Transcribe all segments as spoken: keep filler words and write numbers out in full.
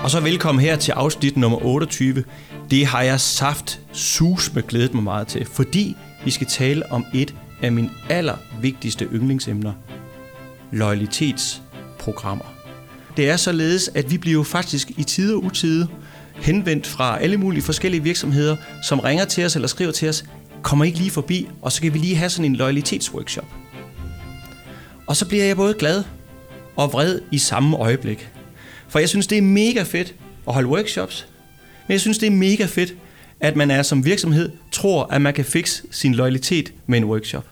Og så velkommen her til afsnit nummer otteogtyve. Det har jeg saft sus med glædet mig meget til, fordi vi skal tale om et af mine allervigtigste yndlingsemner. Loyalitetsprogrammer. Det er således, at vi bliver faktisk i tide og utide henvendt fra alle mulige forskellige virksomheder, som ringer til os eller skriver til os, kommer ikke lige forbi, og så kan vi lige have sådan en loyalitetsworkshop. Og så bliver jeg både glad og vred i samme øjeblik. For jeg synes, det er mega fedt at holde workshops, men jeg synes, det er mega fedt, at man er som virksomhed tror, at man kan fikse sin loyalitet med en workshop.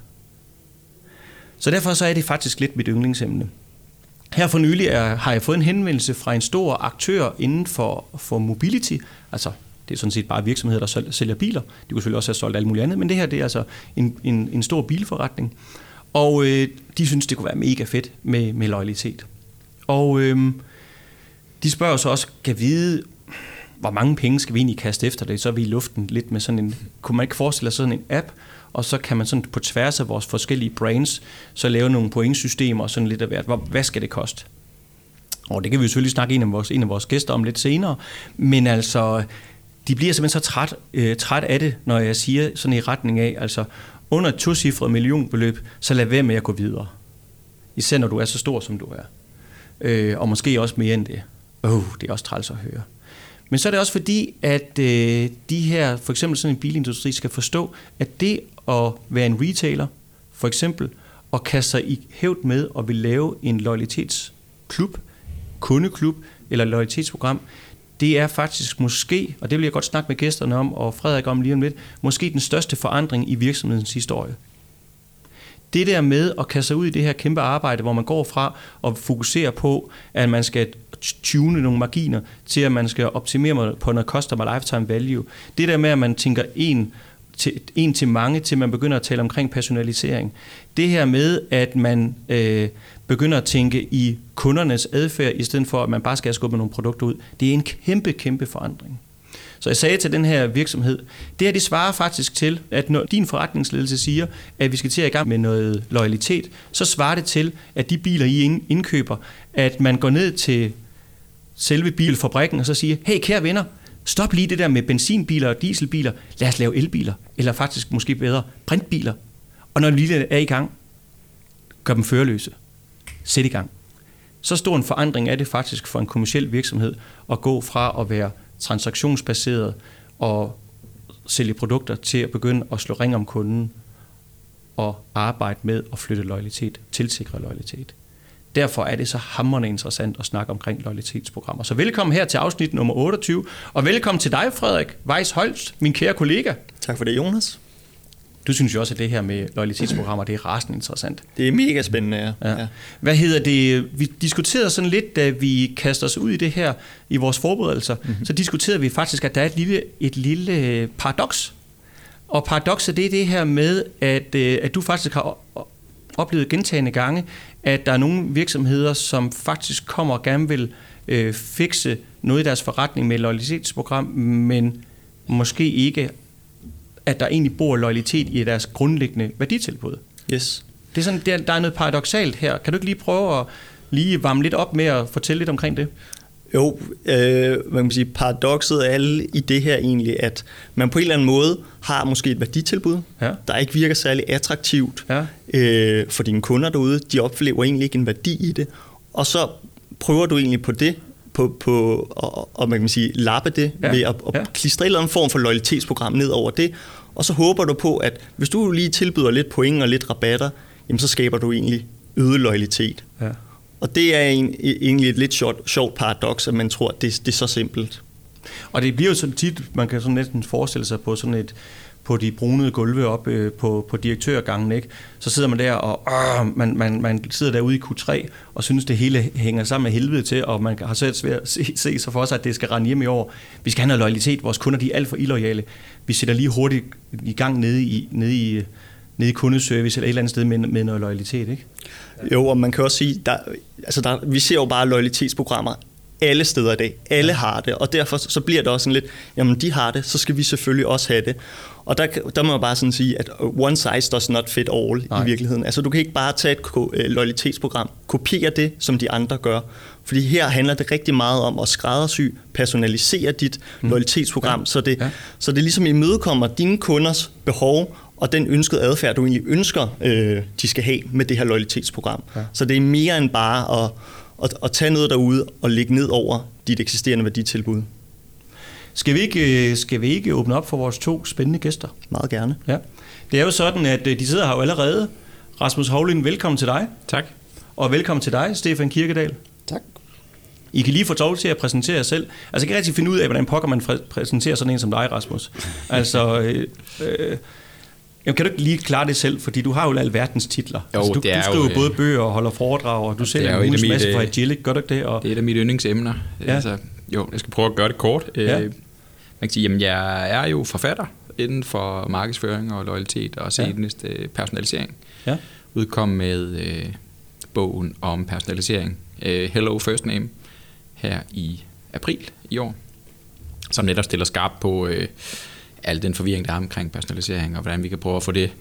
Så derfor så er det faktisk lidt mit yndlingsemne. Her for nylig er, har jeg fået en henvendelse fra en stor aktør inden for, for mobility. Altså, det er sådan set bare virksomheder, der sælger biler. De kunne selvfølgelig også have solgt alt muligt andet, men det her det er altså en, en, en stor bilforretning. Og øh, de synes, det kunne være mega fedt med, med loyalitet. Og øh, de spørger så også, kan vide, hvor mange penge skal vi egentlig kaste efter det? Så er vi i luften lidt med sådan en, kunne man ikke forestille sig sådan en app, og så kan man sådan på tværs af vores forskellige brands, så lave nogle pointsystemer og sådan lidt af hvert. Hvad skal det koste? Og det kan vi jo selvfølgelig snakke en af vores, en af vores gæster om lidt senere, men altså, de bliver simpelthen så træt, øh, træt af det, når jeg siger sådan i retning af, altså under et tocifret millionbeløb, så lad være med at gå videre. Især når du er så stor, som du er. Øh, og måske også mere end det. Åh, oh, det er også træls at høre. Men så er det også fordi, at øh, de her, for eksempel sådan en bilindustri, skal forstå, at det at være en retailer, for eksempel, og kaste sig i hævd med og vil lave en loyalitetsklub, kundeklub eller loyalitetsprogram, det er faktisk måske, og det vil jeg godt snakke med gæsterne om, og Frederik om lige om lidt, måske den største forandring i virksomhedens historie. Det der med at kaste sig ud i det her kæmpe arbejde, hvor man går fra og fokuserer på, at man skal tune nogle marginer, til at man skal optimere på noget customer lifetime value. Det der med, at man tænker en til, en til mange, til man begynder at tale omkring personalisering. Det her med, at man øh, begynder at tænke i kundernes adfærd, i stedet for, at man bare skal skubbe nogle produkter ud. Det er en kæmpe, kæmpe forandring. Så jeg sagde til den her virksomhed, det her det svarer faktisk til, at når din forretningsledelse siger, at vi skal til at i gang med noget loyalitet, så svarer det til, at de biler, I indkøber, at man går ned til selve bilfabrikken og så siger, hey kære venner, stop lige det der med benzinbiler og dieselbiler, lad os lave elbiler, eller faktisk måske bedre brintbiler. Og når vi er i gang, gør dem førerløse. Sæt i gang. Så stor en forandring er det faktisk for en kommerciel virksomhed at gå fra at være transaktionsbaseret og sælge produkter til at begynde at slå ring om kunden og arbejde med at flytte loyalitet, tilsikre loyalitet. Derfor er det så hamrende interessant at snakke omkring loyalitetsprogrammer. Så velkommen her til afsnit nummer otteogtyve, og velkommen til dig, Frederik Weiss-Holst, min kære kollega. Tak for det, Jonas. Du synes jo også, at det her med loyalitetsprogrammer, det er rasende interessant. Det er mega spændende, ja. ja. Hvad hedder det? Vi diskuterede sådan lidt, da vi kaster os ud i det her i vores forberedelser, mm-hmm. så diskuterede vi faktisk, at der er et lille, et lille paradoks. Og paradokset, det er det her med, at, at du faktisk har oplevet gentagne gange, at der er nogle virksomheder, som faktisk kommer og gerne vil øh, fikse noget i deres forretning med et loyalitetsprogram, men måske ikke, at der egentlig bor loyalitet i deres grundlæggende værditilbud. Yes. Det er sådan, der, der er noget paradoksalt her. Kan du ikke lige prøve at lige varme lidt op med at fortælle lidt omkring det? Jo, øh, man kan sige, paradokset er i det her egentlig, at man på en eller anden måde har måske et værditilbud, ja. der ikke virker særlig attraktivt ja. øh, for dine kunder derude. De oplever egentlig ikke en værdi i det, og så prøver du egentlig på det, på, på og, og man kan sige, lappe det ja. ved at, at ja. klistre en eller anden form for loyalitetsprogram ned over det, og så håber du på, at hvis du lige tilbyder lidt point og lidt rabatter, jamen så skaber du egentlig øget loyalitet. Ja. Og det er en, egentlig et lidt sjovt, sjovt paradoks, at man tror, at det, det er så simpelt. Og det bliver jo sådan tit, man kan sådan næsten forestille sig på sådan et, på de brunede gulve oppe øh, på, på direktørgangen, ikke? Så sidder man der, og øh, man, man, man sidder derude i Q tre, og synes, det hele hænger sammen med helvede til, og man har selv svært at se, se sig for sig, at det skal rende hjem i år. Vi skal have noget loyalitet, vores kunder de er alt for illoyale. Vi sætter lige hurtigt i gang nede i, nede i, nede i kundeservice eller et eller andet sted med, med noget loyalitet, ikke? Jo, og man kan også sige, der, altså der, vi ser jo bare loyalitetsprogrammer alle steder i dag. Alle har det, og derfor så bliver det også sådan lidt, jamen de har det, så skal vi selvfølgelig også have det. Og der, der må jeg bare sådan sige, at one size does not fit all. Nej. I virkeligheden. Altså du kan ikke bare tage et loyalitetsprogram, kopiere det, som de andre gør, Fordi her handler det rigtig meget om at skræddersy, personalisere dit mm. loyalitetsprogram, ja. så, det, ja. så det ligesom imødekommer dine kunders behov og den ønskede adfærd, du egentlig ønsker, øh, de skal have med det her loyalitetsprogram. Ja. Så det er mere end bare at, at, at tage noget derude og lægge ned over dit eksisterende værditilbud. Skal vi ikke, skal vi ikke åbne op for vores to spændende gæster? Meget gerne. Ja. Det er jo sådan, at de sidder her jo allerede. Rasmus Hovlind, velkommen til dig. Tak. Og velkommen til dig, Stefan Kirkedal. Tak. I kan lige få lov til at præsentere jer selv. Altså, jeg kan rigtig finde ud af, hvordan pokker man præsenterer sådan en som dig, Rasmus. Altså, øh, øh, kan du ikke lige klare det selv, fordi du har jo alverdens titler. Jo, altså, du, det er du skriver jo, både bøger og holder foredrag, og du sælger en uges masse fra Agilic, gør du ikke det? Og det er et af mine yndlingsemner. Ja. Altså, jo, jeg skal prøve at gøre det kort. Ja. Man kan sige, jamen, jeg er jo forfatter inden for markedsføring og loyalitet og senest ja. personalisering. Ja. Udkom med øh, bogen om personalisering, øh, Hello First Name, her i april i år, som netop stiller skarp på øh, al den forvirring, der er omkring personalisering, og hvordan vi kan prøve at få det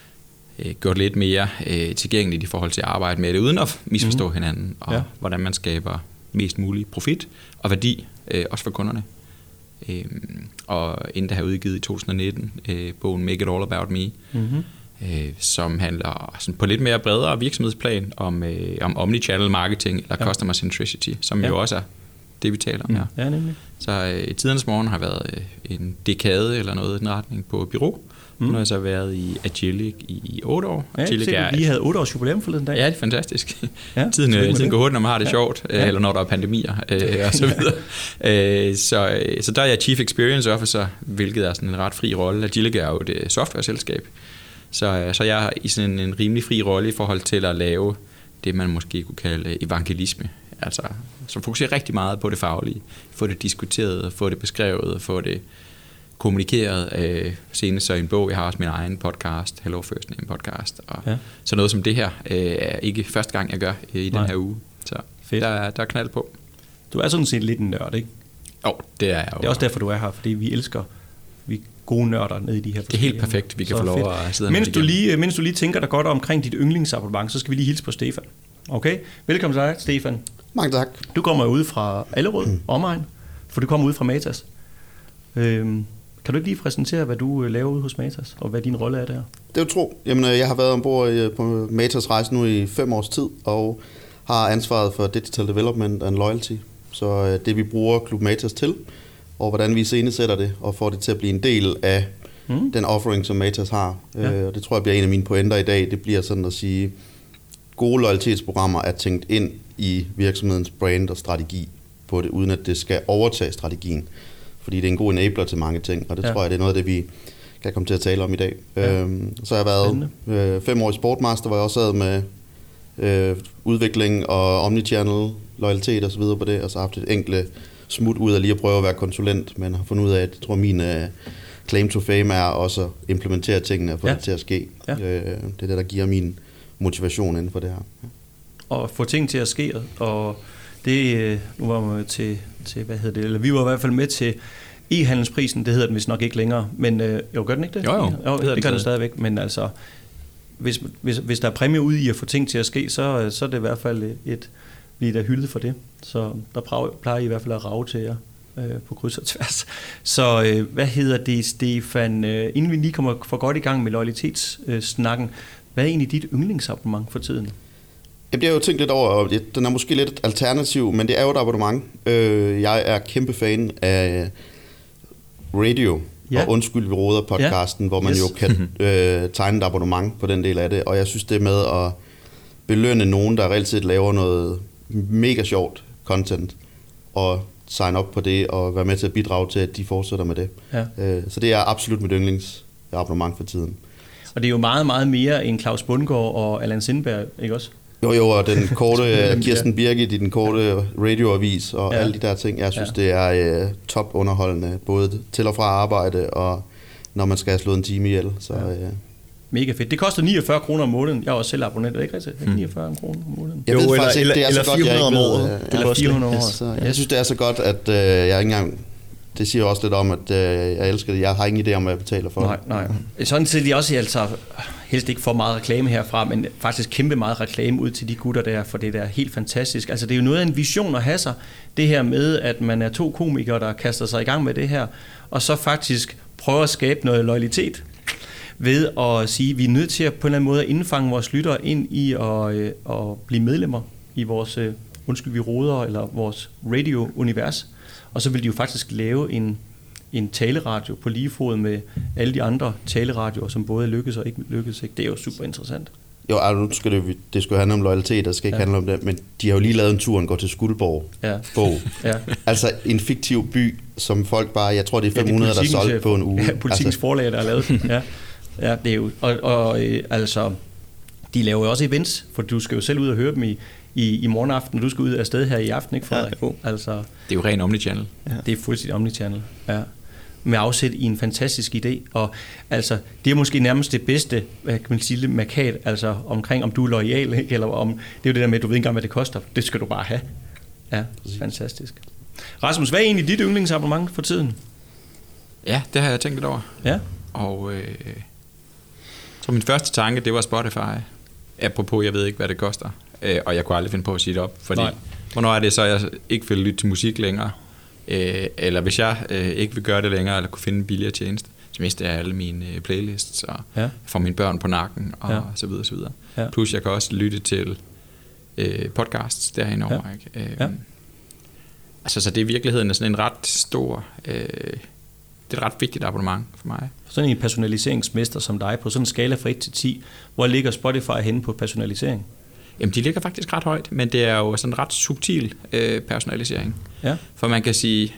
øh, gjort lidt mere øh, tilgængeligt i forhold til at arbejde med det, uden at misforstå mm. hinanden, og ja. hvordan man skaber mest mulig profit og værdi, øh, også for kunderne. Øh, og inden der har udgivet i to tusind nitten øh, bogen Make It All About Me, mm-hmm. øh, som handler sådan på lidt mere bredere virksomhedsplan om, øh, om omnichannel marketing eller ja. customer centricity, som ja. jo også er det, vi taler om her. Ja, nemlig. Så øh, tidernes morgen har været øh, en dekade eller noget i den retning på bureau. Mm. Nu har jeg så været i Agilic i otte år. Ja, Agilic er, vi havde otte års jubilæum forleden dag. Ja, det er fantastisk. Ja, tiden øh, tiden går hurtigt, når man har det ja. sjovt, øh, ja. eller når der er pandemier øh, og så videre. øh, så, så der er jeg Chief Experience Officer, hvilket er sådan en ret fri rolle. Agilic er jo et software-selskab. Så, så jeg er i sådan en rimelig fri rolle i forhold til at lave det, man måske kunne kalde evangelisme. Altså, som fokuserer rigtig meget på det faglige. Få det diskuteret, få det beskrevet, få det kommunikeret. Øh, senest så i en bog, jeg har også min egen podcast, Hello First Name podcast. Og ja. så noget som det her øh, er ikke første gang, jeg gør øh, i Nej. den her uge. Så Fedt. Der, der er knald på. Du er sådan set lidt en nørd, ikke? Jo, det er jeg jo. Det er også derfor, du er her, fordi vi elsker vi gode nørder nede i de her. Det er helt perfekt, vi kan få lov fedt. at sidde mens du lige, mens du lige tænker dig godt omkring dit yndlingsabonnement, så skal vi lige hilse på Stefan. Okay? Velkommen til dig, Stefan. Mange tak. Du kommer ud fra Allerød, mm. omegn, for du kommer ud fra Matas. Øhm, kan du ikke lige præsentere, hvad du laver ude hos Matas, og hvad din rolle er der? Det er jo tro. Jamen, jeg har været ombord på Matas rejse nu i fem års tid, og har ansvaret for Digital Development and Loyalty. Så det vi bruger Klub Matas til, og hvordan vi iscenesætter det, og får det til at blive en del af mm. den offering, som Matas har. Ja. Og det tror jeg bliver en af mine pointer i dag. Det bliver sådan at sige, gode loyalitetsprogrammer er tænkt ind i virksomhedens brand og strategi på det, uden at det skal overtage strategien. Fordi det er en god enabler til mange ting, og det ja. tror jeg, det er noget af det, vi kan komme til at tale om i dag. Ja. Øhm, så har jeg været øh, fem år i Sportmaster, hvor jeg også sad med øh, udvikling og omnichannel, loyalitet og så videre på det, og så har haft et enkelt smut ud af lige at prøve at være konsulent, men har fundet ud af, at jeg tror, min øh, claim to fame er også at implementere tingene og få ja. det til at ske. Ja. Øh, det er det, der giver min motivation inden for det her. Ja. Og få ting til at ske, og det, nu var vi til, til, hvad hedder det, eller vi var i hvert fald med til e-handelsprisen, det hedder den vist nok ikke længere, men øh, jo, gør den ikke det? Jo, jo. jo det, det gør den stadigvæk, men altså, hvis, hvis, hvis der er præmie ude i at få ting til at ske, så, så er det i hvert fald et, blive der hyldet for det. Så der plejer I i hvert fald at rage til jer øh, på kryds og tværs. Så øh, hvad hedder det, Stefan, øh, inden vi lige kommer for godt i gang med loyalitetssnakken, øh, hvad er egentlig dit yndlingsabonnement for tiden? Jamen, det har jeg jo tænkt lidt over, og den er måske lidt alternativ, men det er jo et abonnement. Jeg er kæmpe fan af Radio, ja. og Undskyld, vi råder podcasten, ja. hvor man yes. jo kan øh, tegne et abonnement på den del af det, og jeg synes det med at belønne nogen, der reelt set laver noget mega sjovt content, og sign op på det, og være med til at bidrage til, at de fortsætter med det. Ja. Så det er absolut mit yndlingsabonnement for tiden. Og det er jo meget, meget mere end Claus Bundgaard og Allan Sindberg, ikke også? Jo, jo, og den korte Kirsten Birgit i den korte radioavis og ja. alle de der ting. Jeg synes, ja. det er uh, top underholdende, både til og fra arbejde, og når man skal have slået en time ihjel. Så, ja. uh, Mega fedt. Det koster niogfyrre kroner om måneden. Jeg er også selv abonnent, er det ikke rigtigt? Mm. niogfyrre kroner om måneden. Jeg ved jo, faktisk ikke, det er eller så godt, jeg ikke ved, eller fire hundrede om året. Eller fire hundrede om året. Så, jeg synes, det er så godt, at uh, jeg ikke engang det siger også lidt om, at øh, jeg elsker det. Jeg har ingen idé om, hvad jeg betaler for. Nej, nej. Sådan set de også altså helst ikke for meget reklame herfra, men faktisk kæmpe meget reklame ud til de gutter der, for det der er helt fantastisk. Altså det er jo noget af en vision at have sig, det her med, at man er to komikere, der kaster sig i gang med det her, og så faktisk prøver at skabe noget loyalitet ved at sige, at vi er nødt til at på en eller anden måde at indfange vores lyttere ind i at, øh, at blive medlemmer i vores, øh, undskyld, vi roder, eller vores radio-univers. Og så vil de jo faktisk lave en, en taleradio på lige fod med alle de andre taleradioer, som både lykkes og ikke lykkes. Ikke? Det er jo super interessant. Jo, altså, nu skal det, det skal handle om loyalitet, det skal ikke ja. handle om det, men de har jo lige lavet en tur, en går til Skuldborg ja. bog. ja. Altså en fiktiv by, som folk bare, jeg tror det er fem hundrede, ja, det er der solgt på en uge. Ja, politikens altså. forlag, der har lavet den. Ja. ja, det er jo, og, og øh, altså, de laver jo også events, for du skal jo selv ud og høre dem i, i, i morgenaften, og du skal ud af sted her i aften, ikke Frederik? Ja, altså, det er jo ren omnichannel. Ja. Det er fuldstændig omnichannel, ja. Med afsæt i en fantastisk idé, og altså, det er måske nærmest det bedste, hvad kan man sige, markat, altså omkring, om du er loyal, ikke? Eller om, det er jo det der med, at du ved ikke engang, hvad det koster. Det skal du bare have. Ja, fantastisk. Rasmus, hvad er egentlig dit yndlingsabonnement for tiden? Ja, det har jeg tænkt lidt over. Ja. Og øh, så min første tanke, det var Spotify. Apropos, jeg ved ikke, hvad det koster. Øh, og jeg kunne aldrig finde på at sige det op, fordi Nej. hvornår er det så, jeg ikke vil lytte til musik længere? Øh, eller hvis jeg øh, ikke vil gøre det længere, eller kunne finde en billigere tjeneste, så mister jeg alle mine øh, playlists, og ja. får mine børn på nakken, og ja. så videre, så videre. Ja. Plus jeg kan også lytte til øh, podcasts derhen over. Ja. Ikke? Øh, ja. Altså, så det er i virkeligheden sådan en ret stor, øh, det er et ret vigtigt abonnement for mig. Sådan en personaliseringsmester som dig, på sådan en skala fra et til ti, hvor ligger Spotify henne på personalisering? Jamen, de ligger faktisk ret højt, men det er jo sådan en ret subtil øh, personalisering. Ja. For man kan sige,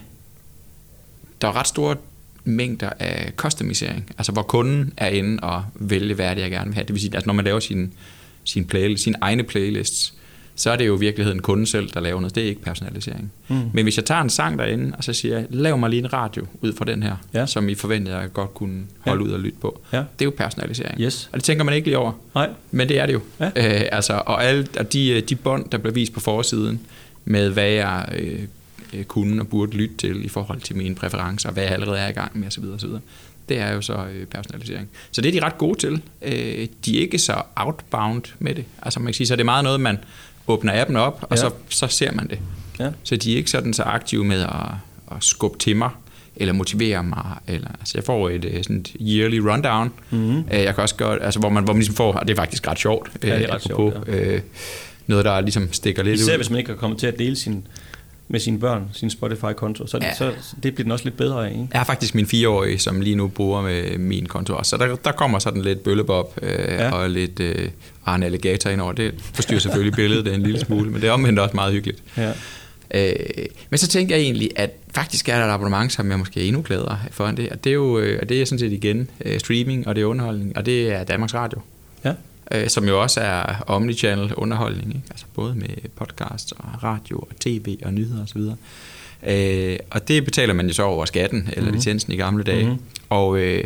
der er ret store mængder af customisering, altså hvor kunden er inde og vælge, hvad det jeg gerne vil have. Det vil sige, altså når man laver sin, sin playlist, sine egne playlists, så er det jo i virkeligheden kunden selv, der laver noget. Det er ikke personalisering. Mm. Men hvis jeg tager en sang derinde, og så siger jeg, lav mig lige en radio ud fra den her, ja. som I forventede, jeg godt kunne holde ja. ud og lytte på. Ja. Det er jo personalisering. Yes. Og det tænker man ikke lige over. Nej. Men det er det jo. Ja. Øh, altså, og alle og de, de bånd, der bliver vist på forsiden, med hvad jeg øh, kunne og burde lytte til i forhold til mine præferencer, og hvad jeg allerede er i gang med osv. osv. Det er jo så øh, personalisering. Så det er de ret gode til. Øh, de er ikke så outbound med det. Altså man kan sige, så det er meget noget, man åbner appen op, og ja. så, så ser man det. Ja. Så de er ikke sådan så aktive med at, at skubbe til mig, eller motivere mig. Eller, altså jeg får et sådan et yearly rundown. Mm-hmm. Jeg kan også gøre, altså hvor man, hvor man ligesom får, og det er faktisk ret sjovt. Ja, det er ret sjovt, ja. øh, noget, der ligesom stikker lidt Især ud. Især hvis man ikke er kommet til at dele sin, med sine børn, sin Spotify-konto, så, ja. så det bliver den også lidt bedre af, ikke? Jeg har faktisk min fireårige, som lige nu bruger med min konto også, så der, der kommer sådan lidt bøllebob øh, ja. og lidt øh, Arne Alligator ind over. Det forstyrrer selvfølgelig billedet en lille smule, men det er omvendt også meget hyggeligt. Ja. Øh, men så tænker jeg egentlig, at faktisk er der et abonnement, som jeg måske er endnu gladere for end det, og det er jo øh, det er sådan set igen øh, streaming, og det er underholdning, og det er Danmarks Radio. Ja. Øh, som jo også er omnichannel underholdning, ikke? Altså både med podcast og radio og tv og nyheder osv. Øh, og det betaler man jo så over skatten eller mm-hmm. licensen i gamle dage. Mm-hmm. Og øh,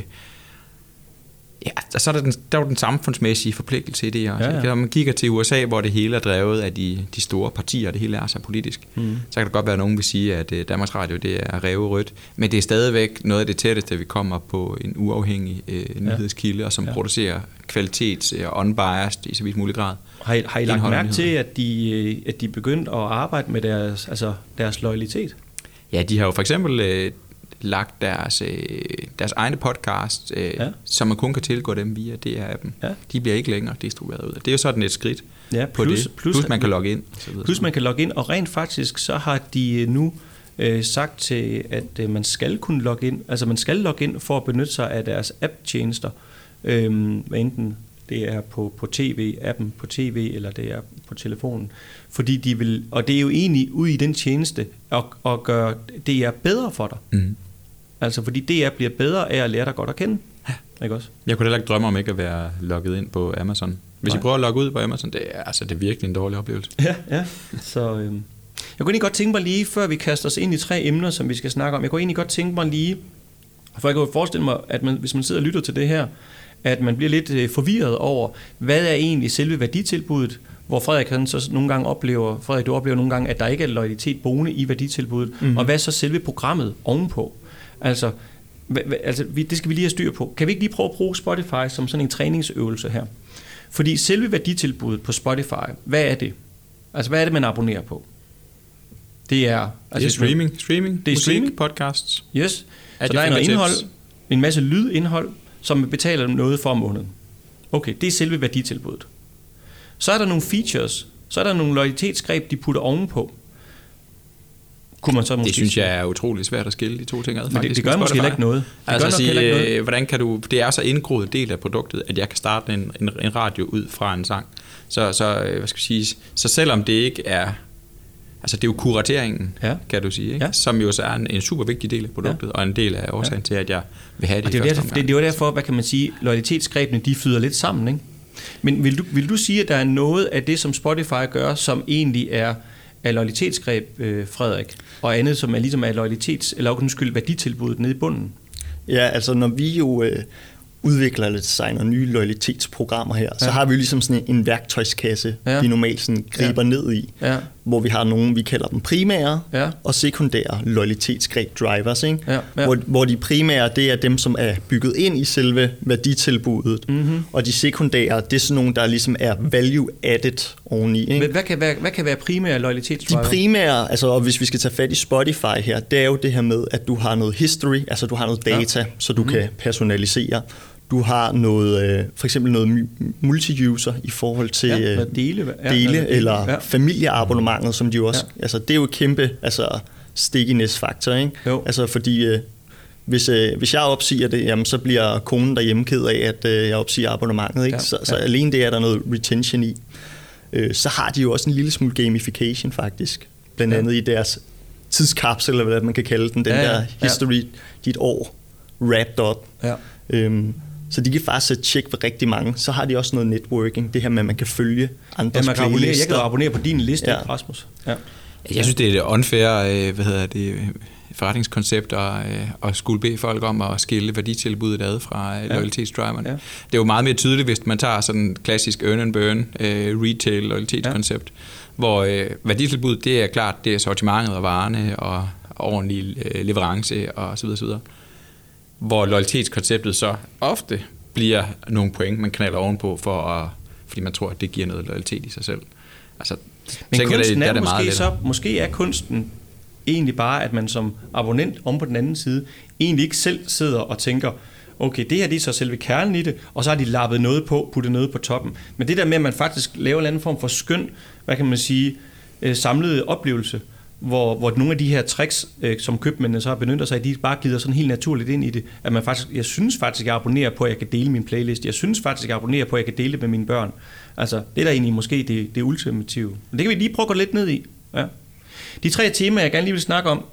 ja, så er der den, der er den samfundsmæssige forpligtelse i det også. Ja, ja. Når man kigger til U S A, hvor det hele er drevet af de, de store partier, det hele er så politisk, mm. så kan det godt være, at nogen vil sige, at Danmarks Radio det er ræverødt, men det er stadigvæk noget af det tætteste, vi kommer på en uafhængig øh, nyhedskilde, og som ja. producerer kvalitets- og unbiased i så vidt mulig grad. Har I, har I lagt mærke til, at de, at de er begyndt at arbejde med deres, altså deres loyalitet? Ja, de har jo for eksempel øh, lagt deres, øh, deres egne podcast, øh, ja. som man kun kan tilgå dem via D R-appen. Ja. De bliver ikke længere distribueret ud. Det er jo sådan et skridt ja, plus, på det. Plus, plus man kan logge ind. Så videre. Plus man kan logge ind, og rent faktisk så har de nu øh, sagt til, at øh, man skal kunne logge ind. Altså man skal logge ind for at benytte sig af deres app-tjenester. Øh, hvad enten det er på, på tv-appen, på tv, eller det er på telefonen. Fordi de vil, og det er jo egentlig ude i den tjeneste, at, at gøre D R bedre for dig. Mm. Altså fordi D R bliver bedre af at lære dig godt at kende. Ja. Ikke også? Jeg kunne heller ikke drømme om ikke at være logget ind på Amazon. Hvis Nej. I prøver at logge ud på Amazon, det er, altså, det er virkelig en dårlig oplevelse. Ja, ja. Så, øhm. Jeg kunne egentlig godt tænke mig lige, før vi kaster os ind i tre emner, som vi skal snakke om, jeg kunne egentlig godt tænke mig lige, for jeg kan jo forestille mig, at man, hvis man sidder og lytter til det her, at man bliver lidt øh, forvirret over, hvad er egentlig selve værditilbuddet hvor Frederik han så nogle gange oplever, Frederik, du oplever nogle gange, at der ikke er loyalitet boende i værditilbuddet, mm-hmm. og hvad så selve programmet ovenpå? Altså, altså, det skal vi lige have styr på. Kan vi ikke lige prøve at bruge Spotify som sådan en træningsøvelse her? Fordi selve værditilbuddet på Spotify, hvad er det? Altså, hvad er det, man abonnerer på? Det er... Altså, det er streaming, streaming, det er musik, streaming. Podcasts. Yes. Så der er noget indhold, en masse lydindhold, som man betaler noget for om måneden. Okay, det er selve værditilbuddet. Så er der nogle features, så er der nogle loyalitetsgreb, de putter ovenpå. Kunne man så måske det synes jeg er utrolig svært at skille de to ting ad. Men det, det gør måske heller ikke noget. Det altså gør sige, nok ikke noget. Hvordan kan du, det er så indgroet del af produktet, at jeg kan starte en, en, en radio ud fra en sang. Så, så, hvad skal jeg sige, så selvom det ikke er, altså det er jo kurateringen, ja. kan du sige, ikke? Ja. Som jo så er en, en super vigtig del af produktet, ja. og en del af årsagen ja. til, at jeg vil have det, det i første omgang. Det er jo derfor, hvad kan man sige, loyalitetsgrebene, de flyder lidt sammen, ikke? Men vil du, vil du sige, at der er noget af det, som Spotify gør, som egentlig er af loyalitetsgreb, øh, Frederik, og andet, som er ligesom af loyalitets, eller undskyld, værditilbuddet nede i bunden? Ja, altså når vi jo øh, udvikler eller designer nye loyalitetsprogrammer her, ja. så har vi jo ligesom sådan en, en værktøjskasse, ja. vi normalt sådan griber ja. ned i, ja. hvor vi har nogle, vi kalder dem primære ja. og sekundære loyalitetsgreb drivers, ikke? Ja. Ja. Hvor, hvor de primære, det er dem, som er bygget ind i selve værditilbuddet, mm-hmm. og de sekundære, det er sådan nogle, der ligesom er value added oveni, ikke? Hvad kan være, hvad kan være primære loyalitetsdriver? De primære, altså og hvis vi skal tage fat i Spotify her, det er jo det her med, at du har noget history, altså du har noget data, ja. så du mm-hmm. kan personalisere. Du har noget, øh, for eksempel noget multi-user i forhold til ja, dele, ja, dele dele eller ja. familieabonnementet, som de jo også, ja. altså det er jo et kæmpe altså stickiness-faktor, ikke? Jo. Altså fordi øh, hvis, øh, hvis jeg opsiger det, jamen, så bliver konen derhjemme ked af, at øh, jeg opsiger abonnementet, ikke? Ja. Så, så ja. alene det er der noget retention i. Øh, så har de jo også en lille smule gamification faktisk, blandt ja. andet i deres tidskapsel, eller hvad man kan kalde den, den ja, ja. der history, ja. dit år wrapped up. Ja. Øhm, Så de kan faktisk sætte tjek på rigtig mange. Så har de også noget networking. Det her med, at man kan følge andres ja, man kan playlister. Abonnere. Jeg kan abonnere på din liste, ja. Rasmus. Ja. Jeg synes, det er et unfair hvad hedder det, forretningskoncept at, at skulle bede folk om at skille værditilbuddet ad fra ja. loyalitetsdriverne. Ja. Det er jo meget mere tydeligt, hvis man tager sådan en klassisk earn and burn uh, retail loyalitetskoncept, ja. hvor uh, værditilbuddet, det er klart, det er sortimentet og varerne og ordentlig uh, leverance og så videre, så videre. Hvor loyalitetskonceptet så ofte bliver nogle point, man knalder ovenpå, for at, fordi man tror, at det giver noget loyalitet i sig selv. Altså, men tænker, kunsten det, er, der er måske, meget så, måske er kunsten egentlig bare, at man som abonnent om på den anden side, egentlig ikke selv sidder og tænker, okay, det her det er så selve kernen i det, og så har de lappet noget på, puttet noget på toppen. Men det der med, at man faktisk laver en anden form for skøn, hvad kan man sige, øh, samlet oplevelse, Hvor, hvor nogle af de her tricks, øh, som købmændene så har benyttet sig af, de bare gider sådan helt naturligt ind i det, at man faktisk, jeg synes faktisk, jeg abonnerer på, at jeg kan dele min playlist. Jeg synes faktisk, jeg abonnerer på, at jeg kan dele det med mine børn. Altså, det er da egentlig måske det, det ultimative. Men det kan vi lige prøve at gå lidt ned i. Ja. De tre temaer, jeg gerne lige vil snakke om,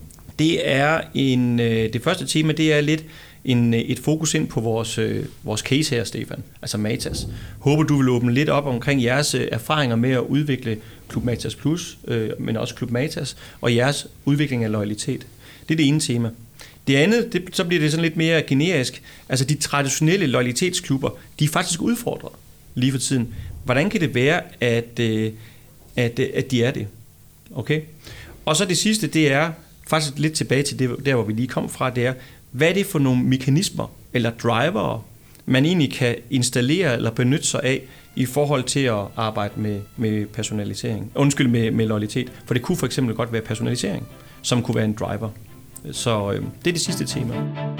det er en, øh, det første tema, det er lidt en, et fokus ind på vores, øh, vores case her, Stefan, altså Matas. Håber, du vil åbne lidt op omkring jeres øh, erfaringer med at udvikle Klub Matas Plus, øh, men også Klub Matas, og jeres udvikling af loyalitet. Det er det ene tema. Det andet, det, så bliver det sådan lidt mere generisk. Altså de traditionelle loyalitetsklubber, de er faktisk udfordret lige for tiden. Hvordan kan det være, at, øh, at, at de er det? Okay? Og så det sidste, det er faktisk lidt tilbage til det, der, hvor vi lige kom fra, det er, hvad er det for nogle mekanismer eller drivere, man egentlig kan installere eller benytte sig af i forhold til at arbejde med, med personalisering. Undskyld, med, med loyalitet. For det kunne for eksempel godt være personalisering, som kunne være en driver. Så øh, det er det sidste tema.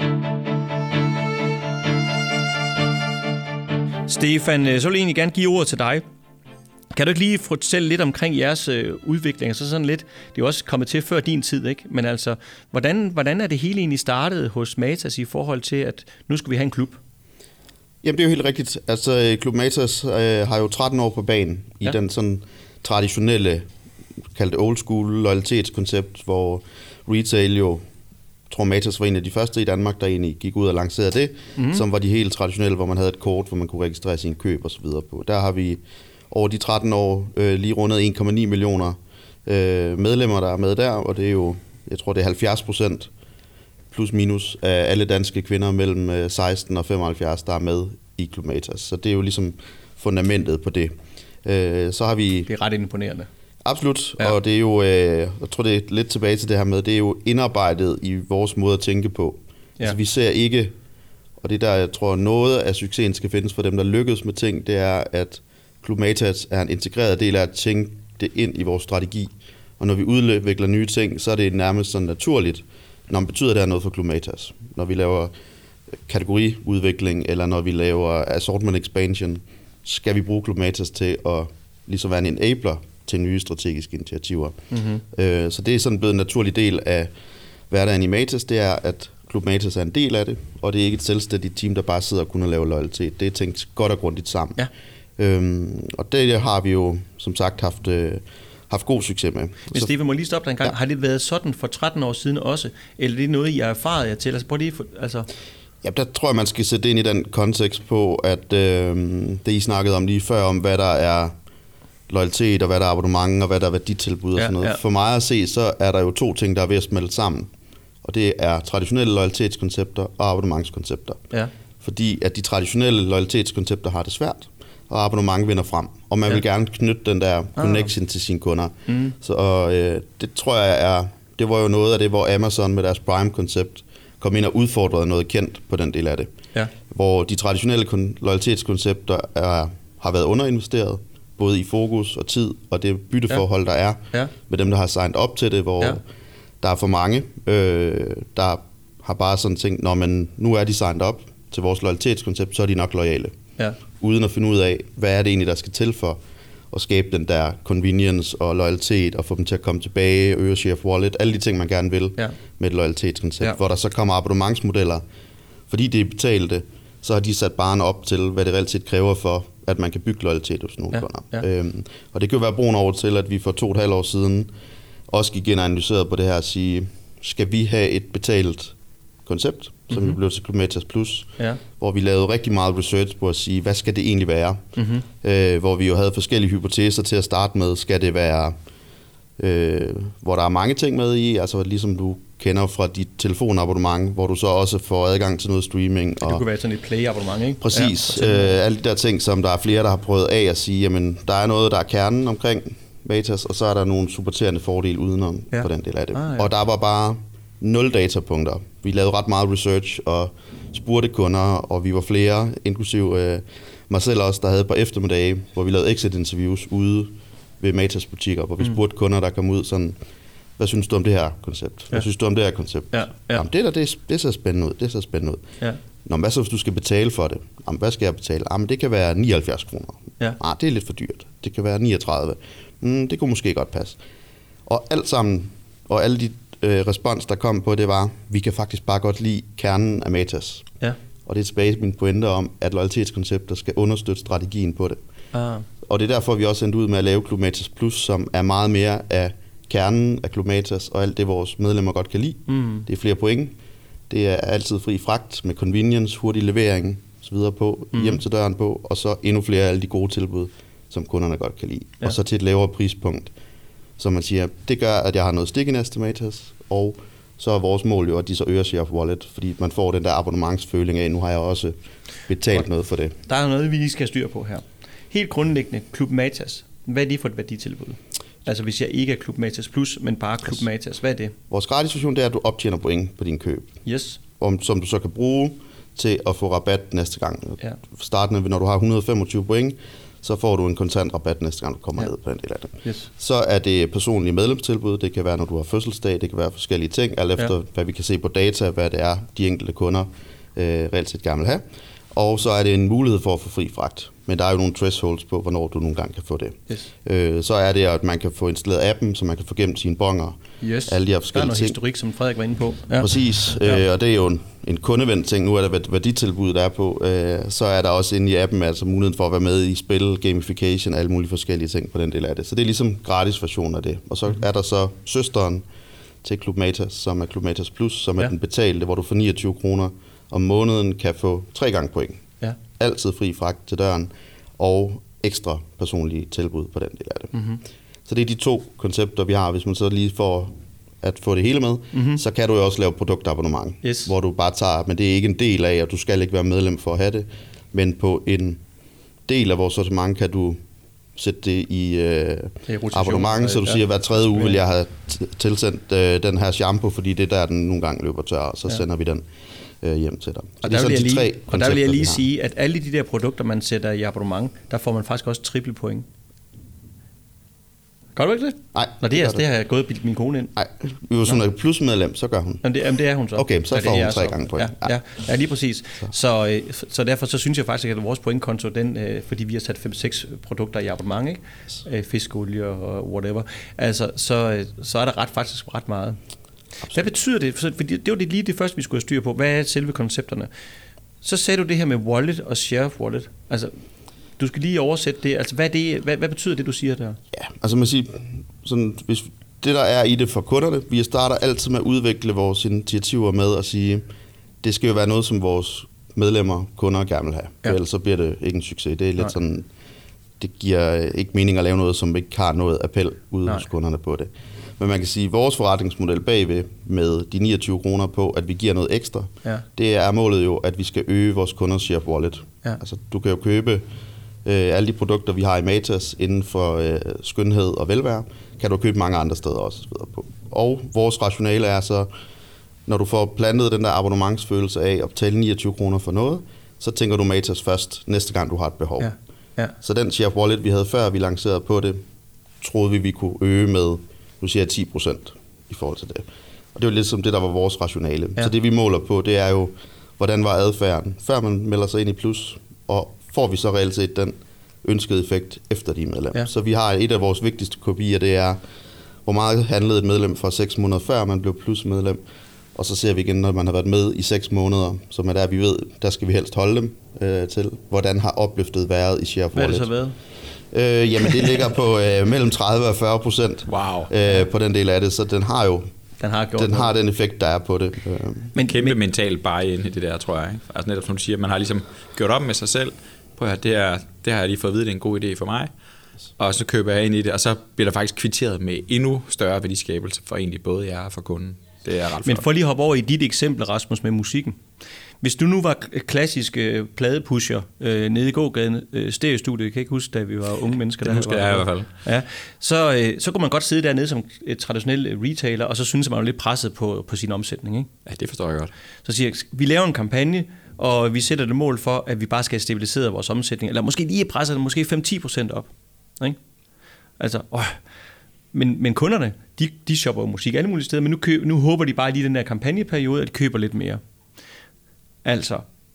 Stefan, så vil jeg egentlig gerne give ordet til dig. Kan du ikke lige fortælle lidt omkring jeres øh, udvikling? Så sådan lidt, det er jo også kommet til før din tid, ikke? Men altså, hvordan, hvordan er det hele egentlig startet hos Matas i forhold til, at nu skal vi have en klub? Jamen det er jo helt rigtigt. Altså Klub Matas øh, har jo tretten år på banen i ja. den sådan traditionelle, kaldt old school loyalitetskoncept, hvor retail jo, tror Matas var en af de første i Danmark, der egentlig gik ud og lancerede det, mm-hmm. som var de helt traditionelle, hvor man havde et kort, hvor man kunne registrere sine køb og så videre på. Der har vi over de tretten år øh, lige rundet en komma ni millioner øh, medlemmer, der er med der, og det er jo, jeg tror det er halvfjerds procent plus minus af alle danske kvinder mellem seksten og femoghalvfjerds, der er med i Klub Matas. Så det er jo ligesom fundamentet på det. Øh, så har vi... Det er ret imponerende. Absolut, ja. Og det er jo, øh, jeg tror det er lidt tilbage til det her med, det er jo indarbejdet i vores måde at tænke på. Ja. Altså vi ser ikke, og det der, jeg tror noget af succesen skal findes for dem, der lykkes med ting, det er, at Club Matas er en integreret del af at tænke det ind i vores strategi. Og når vi udvikler nye ting, så er det nærmest sådan naturligt, når man betyder det her noget for Club Matas. Når vi laver kategoriudvikling, eller når vi laver assortment expansion, skal vi bruge Club Matas til at ligesom være en enabler til nye strategiske initiativer. Mm-hmm. Øh, så det er sådan blevet en naturlig del af hverdagen i Matas, det er, at Club Matas er en del af det, og det er ikke et selvstændigt team, der bare sidder og kun laver loyalitet. Det er tænkt godt og grundigt sammen. Ja. Øhm, og det har vi jo, som sagt, haft, øh, haft god succes med. Men Steven, må lige stoppe dig en gang. Ja. Har det været sådan for tretten år siden også, eller er det noget, I har erfaret jer til? Altså, prøv lige for, altså... Ja, der tror jeg, man skal sætte ind i den kontekst på, at øh, det I snakkede om lige før, om hvad der er loyalitet, og hvad der er abonnement, og hvad der er værditilbud og ja, sådan noget. Ja. For mig at se, så er der jo to ting, der er ved at smelte sammen. Og det er traditionelle loyalitetskoncepter og abonnementskoncepter. Ja. Fordi at de traditionelle loyalitetskoncepter har det svært, og abonnement vinder frem. Og man ja. vil gerne knytte den der connection ah. til sine kunder. Mm. Så og, øh, det tror jeg er, det var jo noget af det, hvor Amazon med deres Prime-koncept kom ind og udfordrede noget kendt på den del af det. Ja. Hvor de traditionelle kon- loyalitetskoncepter er, har været underinvesteret, både i fokus og tid, og det bytteforhold, ja. der er ja. med dem, der har signet op til det, hvor ja. der er for mange, øh, der har bare sådan tænkt, nå, men nu er de signet op til vores loyalitetskoncept, så er de nok loyale. Ja. Uden at finde ud af, hvad er det egentlig, der skal til for at skabe den der convenience og loyalitet, og få dem til at komme tilbage, øge share of wallet, alle de ting, man gerne vil ja. med et loyalitetskoncept, ja. hvor der så kommer abonnementsmodeller. Fordi det er betalte, så har de sat barnet op til, hvad det reelt set kræver for, at man kan bygge loyalitet hos nogle ja. kunder. Ja. Øhm, og det kan jo være broen over til, at vi for to og et halvt år siden også gik ind og analyserede på det her at sige, skal vi have et betalt koncept, som mm-hmm. vi blev til Club Matas Plus, ja. hvor vi lavede rigtig meget research på at sige, hvad skal det egentlig være? Mm-hmm. Øh, hvor vi jo havde forskellige hypoteser til at starte med. Skal det være, øh, hvor der er mange ting med i, altså ligesom du kender fra dit telefonabonnement, hvor du så også får adgang til noget streaming. Det og kunne være sådan et play-abonnement, ikke? Præcis. Ja, øh, alle de der ting, som der er flere, der har prøvet af at sige, jamen, der er noget, der er kernen omkring Matas, og så er der nogle supporterende fordele udenom ja. på den del af det. Ah, ja. Og der var bare nul datapunkter. Vi lavede ret meget research og spurgte kunder, og vi var flere, inklusiv øh, mig selv også, der havde et par eftermiddage, hvor vi lavede exit-interviews ude ved Matas butikker, hvor vi mm. spurgte kunder, der kom ud sådan, hvad synes du om det her koncept? Hvad ja. synes du om det her koncept? Ja. Ja. Jamen, det der, det, det ser spændende ud. Det ser spændende ud. Ja. Nå, men hvad så, hvis du skal betale for det? Jamen, hvad skal jeg betale? Jamen, det kan være nioghalvfjerds kroner. Ja. Ah, det er lidt for dyrt. Det kan være niogtredive. Mm, det kunne måske godt passe. Og alt sammen, og alle de øh, respons, der kom på, det var, vi kan faktisk bare godt lide kernen af Matas. Ja. Og det er tilbage til min pointe om, at loyalitetskoncepter skal understøtte strategien på det. Ah. Og det er derfor, vi også endte ud med at lave Club Matas Plus, som er meget mere af kernen af Club Matas, og alt det, vores medlemmer godt kan lide. Mm. Det er flere point. Det er altid fri fragt med convenience, hurtig levering osv. på, mm. hjem til døren på, og så endnu flere af alle de gode tilbud, som kunderne godt kan lide. Ja. Og så til et lavere prispunkt. Så man siger, det gør, at jeg har noget stickiness til Matas, og så er vores mål jo, at de så øger share of wallet, fordi man får den der abonnementsføling af, nu har jeg også betalt noget for det. Der er noget, vi lige skal styre på her. Helt grundlæggende, Club Matas, hvad er det for et værditilbud? Altså hvis jeg ikke er Club Matas Plus, men bare Club yes. Matas, hvad er det? Vores gratis version, det er, at du optjener point på din køb. Yes. Om, som du så kan bruge til at få rabat næste gang. Ja. Startende, når du har et hundrede og femogtyve point, så får du en kontant rabat næste gang, du kommer ja. ned på den del af det. Yes. Så er det personlige medlemstilbud. Det kan være, når du har fødselsdag. Det kan være forskellige ting, alt efter ja. hvad vi kan se på data, hvad det er, de enkelte kunder øh, reelt set gerne vil have. Og så er det en mulighed for at få fri fragt. Men der er jo nogle thresholds på, hvornår du nogle gange kan få det. Yes. Øh, så er det, at man kan få installeret appen, så man kan få gemt sine bonger. Yes. Alle de her forskellige ting. Der er noget historik, som Frederik var inde på. Ja. Præcis, ja. øh, og det er jo en, en kundevendt ting. Nu er der værditilbud, der er på. Øh, så er der også inde i appen altså muligheden for at være med i spil, gamification, alle mulige forskellige ting på den del af det. Så det er ligesom gratis version af det. Og så mm-hmm. er der så søsteren til Club Matas, som er Club Matas Plus, som er ja. den betalte, hvor du for niogtyve kroner om måneden kan få tre gange point. Ja. Altid fri fragt til døren, og ekstra personlige tilbud på den del af det. Mm-hmm. Så det er de to koncepter, vi har. Hvis man så lige får at få det hele med, mm-hmm. så kan du jo også lave produktabonnement, yes. hvor du bare tager, men det er ikke en del af, og du skal ikke være medlem for at have det, men på en del af vores sortiment kan du sætte det i øh, abonnement, så du ja. siger, at hver tredje uge vil jeg have t- tilsendt øh, den her shampoo, fordi det er der, den nogle gange løber tør, og så ja. sender vi den øh, hjem til dig. Og der, vil jeg lige, og der vil jeg lige sige, at alle de der produkter, man sætter i abonnement, der får man faktisk også triple point. Gør du ikke det? Nej. Nå, det, er, det har jeg gået bildt min kone ind. Nej, vi var sådan et plusmedlem, så gør hun. Jamen det, jamen det er hun så. Okay, så får hun tre så. gange point. Ja, ja, ja, lige præcis. Så. Så, øh, så derfor så synes jeg faktisk, at vores pointkonto, den, øh, fordi vi har sat fem seks produkter i abonnement, ikke? Øh, fiskolie og whatever, altså, så, øh, så er der ret, faktisk ret meget. Absolut. Hvad betyder det? Fordi det var det lige det første, vi skulle have styr på. Hvad er selve koncepterne? Så sagde du det her med wallet og share of wallet. Altså, du skal lige oversætte det. Altså, hvad, er det, hvad, hvad betyder det, du siger der? Ja, altså man siger, sådan, hvis det der er i det for kunderne, vi starter altid med at udvikle vores initiativer med at sige, det skal jo være noget, som vores medlemmer, kunder gerne vil have. Ja. Ellers så bliver det ikke en succes. Det er lidt Nej. sådan, det giver ikke mening at lave noget, som ikke har noget appel ude Nej. hos kunderne på det. Men man kan sige, at vores forretningsmodel bagved med de niogtyve kroner på, at vi giver noget ekstra, ja. det er målet jo, at vi skal øge vores kunders share of wallet. Ja. Altså, du kan jo købe øh, alle de produkter, vi har i Matas inden for øh, skønhed og velvære, kan du købe mange andre steder også. På. Og vores rationale er så, når du får plantet den der abonnementsfølelse af at betale niogtyve kroner for noget, så tænker du Matas først næste gang, du har et behov. Ja. Ja. Så den share of wallet, vi havde før vi lancerede på det, troede vi, vi kunne øge med nu siger jeg ti procent i forhold til det. Og det er jo lidt som det, der var vores rationale. Ja. Så det, vi måler på, det er jo, hvordan var adfærden, før man melder sig ind i plus, og får vi så reelt set den ønskede effekt efter de medlem. Ja. Så vi har et af vores vigtigste kopier, det er, hvor meget handlede et medlem fra seks måneder før man blev plusmedlem, og så ser vi igen, når man har været med i seks måneder, som er der, vi ved, der skal vi helst holde dem øh, til. Hvordan har opløftet været i share of wallet? Hvad er det så været? Øh, jamen det ligger på øh, mellem tredive og fyrre procent wow. øh, på den del af det, så den har jo den har, den, har den effekt, der er på det. Men kæmpe men, mental buy-in i det der, tror jeg. Ikke? Altså netop som du siger, man har ligesom gjort op med sig selv, på at det, er, det har jeg lige fået at vide, det er en god idé for mig, og så køber jeg ind i det, og så bliver der faktisk kvitteret med endnu større værdiskabelse for egentlig både jer og for kunden. Det er ret Men for lige at hoppe over i dit eksempel, Rasmus, med musikken. Hvis du nu var klassisk øh, pladepusher øh, nede i gågaden, øh, stereostudiet, jeg kan ikke huske, da vi var unge mennesker. Det husker jeg i hvert fald. Ja, så, øh, så kunne man godt sidde dernede som et traditionel retailer, og så synes man jo lidt presset på, på sin omsætning. Ikke? Ja, det forstår jeg godt. Så siger jeg, vi laver en kampagne, og vi sætter det mål for, at vi bare skal have stabiliseret vores omsætning, eller måske lige presser det måske fem til ti procent op. Ikke? Altså, åh. Men, men kunderne, de, de shopper jo musik alle mulige steder, men nu, køb, nu håber de bare lige den der kampagneperiode, at de køber lidt mere. Altså,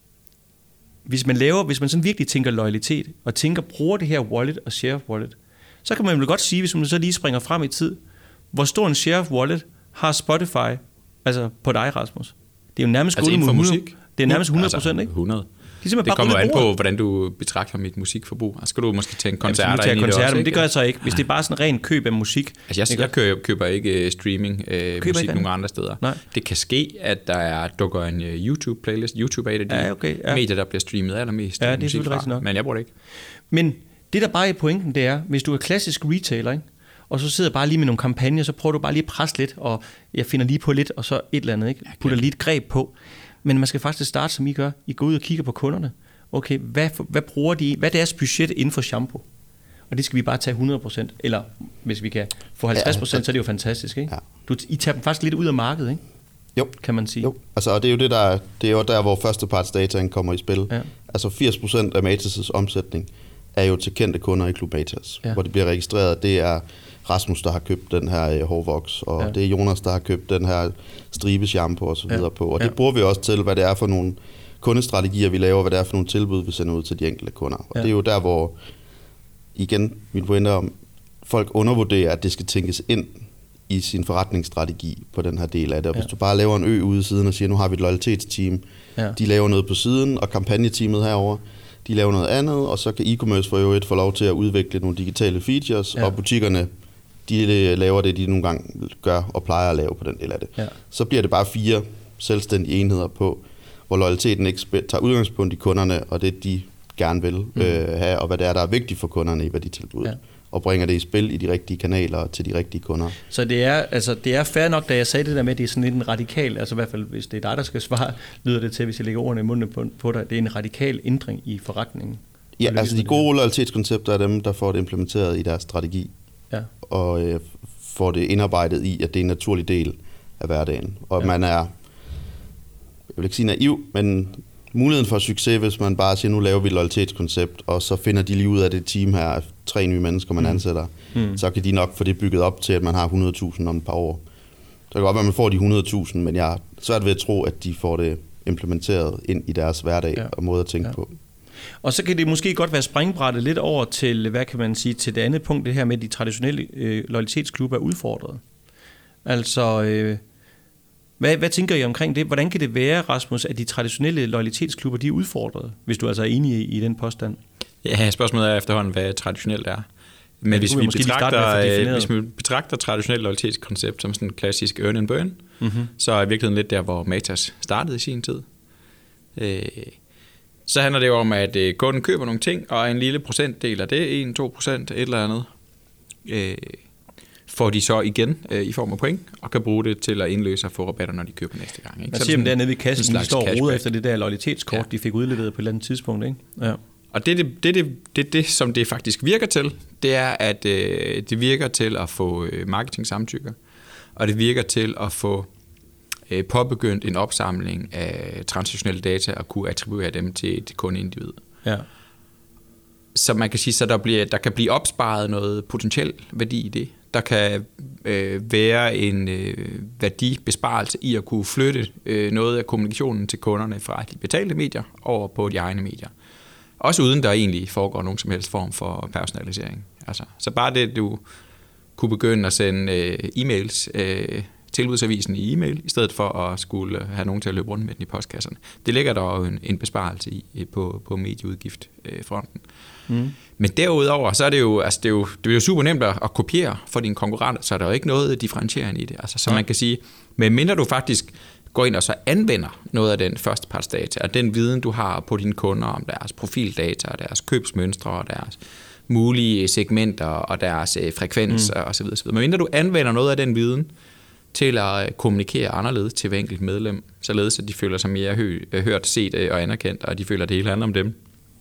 hvis man laver, hvis man sådan virkelig tænker loyalitet, og tænker, bruger det her wallet og share of wallet, så kan man vel godt sige, hvis man så lige springer frem i tid, hvor stor en share of wallet har Spotify, altså på dig, Rasmus? Det er jo nærmest altså inden for hundrede, musik? Det er nærmest hundrede procent, altså, ikke? hundrede. Det, det kommer an på, hvordan du betragter mit musikforbrug. Altså, skal du måske tænke koncerter Jamen, ind i koncerter, det også, men det gør jeg så ikke. Hvis det er bare sådan ren køb af musik. Altså, jeg, jeg køber, køber ikke streaming øh, musik ikke nogen andre steder. Nej. Det kan ske, at der er, dukker en uh, YouTube-playlist. YouTube er et af de ja, okay, ja. medier, der bliver streamet allermest ja, det er musik fra. Nok. Men jeg bruger det ikke. Men det, der bare er pointen, det er, hvis du er klassisk retailer, ikke? Og så sidder bare lige med nogle kampagner, så prøver du bare lige at presse lidt, og jeg finder lige på lidt, og så et eller andet, ikke? Putter lige et greb på. Men man skal faktisk starte, som I gør. I går ud og kigger på kunderne. Okay, hvad, hvad bruger de? Hvad er deres budget inden for shampoo? Og det skal vi bare tage hundrede procent. Eller hvis vi kan få halvtreds procent, ja, så er det jo fantastisk, ikke? Ja. Du, I tager dem faktisk lidt ud af markedet, ikke? Jo. Kan man sige. Jo. Altså, og det er jo det, der, det er jo der, hvor førstepartsdataen kommer i spil. Ja. Altså firs procent af Matas' omsætning er jo til kendte kunder i Klub Matas, ja. Hvor det bliver registreret. Det er Rasmus, der har købt den her uh, Hårvoks, og ja. Det er Jonas, der har købt den her stribeshampoo og så videre ja. På. Og det ja. Bruger vi også til, hvad det er for nogle kundestrategier, vi laver, hvad det er for nogle tilbud, vi sender ud til de enkelte kunder. Og ja. Det er jo der, hvor, igen, min pointe om, folk undervurderer, at det skal tænkes ind i sin forretningsstrategi på den her del af det. Og ja. Hvis du bare laver en ø ude i siden og siger, nu har vi et loyalitetsteam, ja. De laver noget på siden, og kampagneteamet herover, de laver noget andet, og så kan e-commerce for øvrigt få lov til at udvikle nogle digitale features, ja. Og butikkerne, de laver det, de nogle gange gør og plejer at lave på den del af det. Ja. Så bliver det bare fire selvstændige enheder på, hvor loyaliteten ikke tager udgangspunkt i kunderne, og det de gerne vil mm. øh, have, og hvad det er, der er vigtigt for kunderne i værditilbuddet. Ja. Og bringer det i spil i de rigtige kanaler til de rigtige kunder. Så det er, altså, det er fair nok, da jeg sagde det der med, at det er sådan lidt en radikal, altså i hvert fald, hvis det er dig, der skal svare, lyder det til, hvis jeg lægger ordene i munden på, på dig, det er en radikal ændring i forretningen. Ja, altså de gode loyalitetskoncepter er dem, der får det implementeret i deres strategi. Ja. Og øh, får det indarbejdet i, at det er en naturlig del af hverdagen. Og ja. man er, jeg vil ikke sige naiv, men muligheden for succes, hvis man bare siger, nu laver vi et loyalitetskoncept, og så finder de lige ud af det team her, tre nye mennesker, man mm. ansætter, mm. så kan de nok få det bygget op til, at man har hundrede tusind om et par år. Så det kan godt være, at man får de hundrede tusind, men jeg er svært ved at tro, at de får det implementeret ind i deres hverdag ja. og måde at tænke ja. på. Og så kan det måske godt være springbrættet lidt over til, hvad kan man sige, til det andet punkt, det her med, at de traditionelle øh, loyalitetsklubber er udfordret. Altså, øh, hvad, hvad tænker I omkring det? Hvordan kan det være, Rasmus, at de traditionelle loyalitetsklubber, de er udfordret, hvis du altså er enig i, i den påstand? Ja, spørgsmålet er efterhånden, hvad traditionelt er. Men ja, hvis, vi betragter, hvis vi betragter traditionelt loyalitetskoncept som sådan en klassisk earn and burn, mm-hmm. så er i virkeligheden lidt der, hvor Matas startede i sin tid. Øh, så handler det jo om, at øh, kunden køber nogle ting, og en lille procentdel af det, en til to procent, et eller andet, øh, får de så igen øh, i form af point, og kan bruge det til at indløse og få rabatter, når de køber næste gang. Ikke? Jeg siger dem dernede ved kassen, de står og roder efter det der loyalitetskort, ja. de fik udleveret på et eller andet tidspunkt. Ikke? Ja. Og det, det, det, det, det, det, som det faktisk virker til, det er, at øh, det virker til at få øh, marketing-samtykker, og det virker til at få øh, påbegyndt en opsamling af transaktionelle data og kunne attribuere dem til et kundeindivid. Ja. Så man kan sige, så der, bliver, der kan blive opsparet noget potentiel værdi i det. Der kan øh, være en øh, værdibesparelse i at kunne flytte øh, noget af kommunikationen til kunderne fra de betalte medier over på de egne medier. Også uden der egentlig foregår nogen som helst form for personalisering. Altså, så bare det, du kunne begynde at sende øh, e-mails, øh, tilbudsavisen i e-mail, i stedet for at skulle have nogen til at løbe rundt med den i postkasserne. Det ligger der jo en, en besparelse i på, på medieudgiftfronten. Øh, mm. Men derudover, så er det jo, altså det er jo, det er jo super nemt at kopiere for dine konkurrenter, så er der jo ikke noget differentierende i det. Altså, så ja. man kan sige, medmindre du faktisk går ind og så anvender noget af den førstepartsdata, og den viden, du har på dine kunder om deres profildata, og deres købsmønstre, og deres mulige segmenter, og deres øh, frekvens, mm. osv. osv. Men mindre du anvender noget af den viden til at kommunikere anderledes til hver enkelt medlem, således at de føler sig mere hø- hørt, set og anerkendt, og de føler, at det hele handler om dem,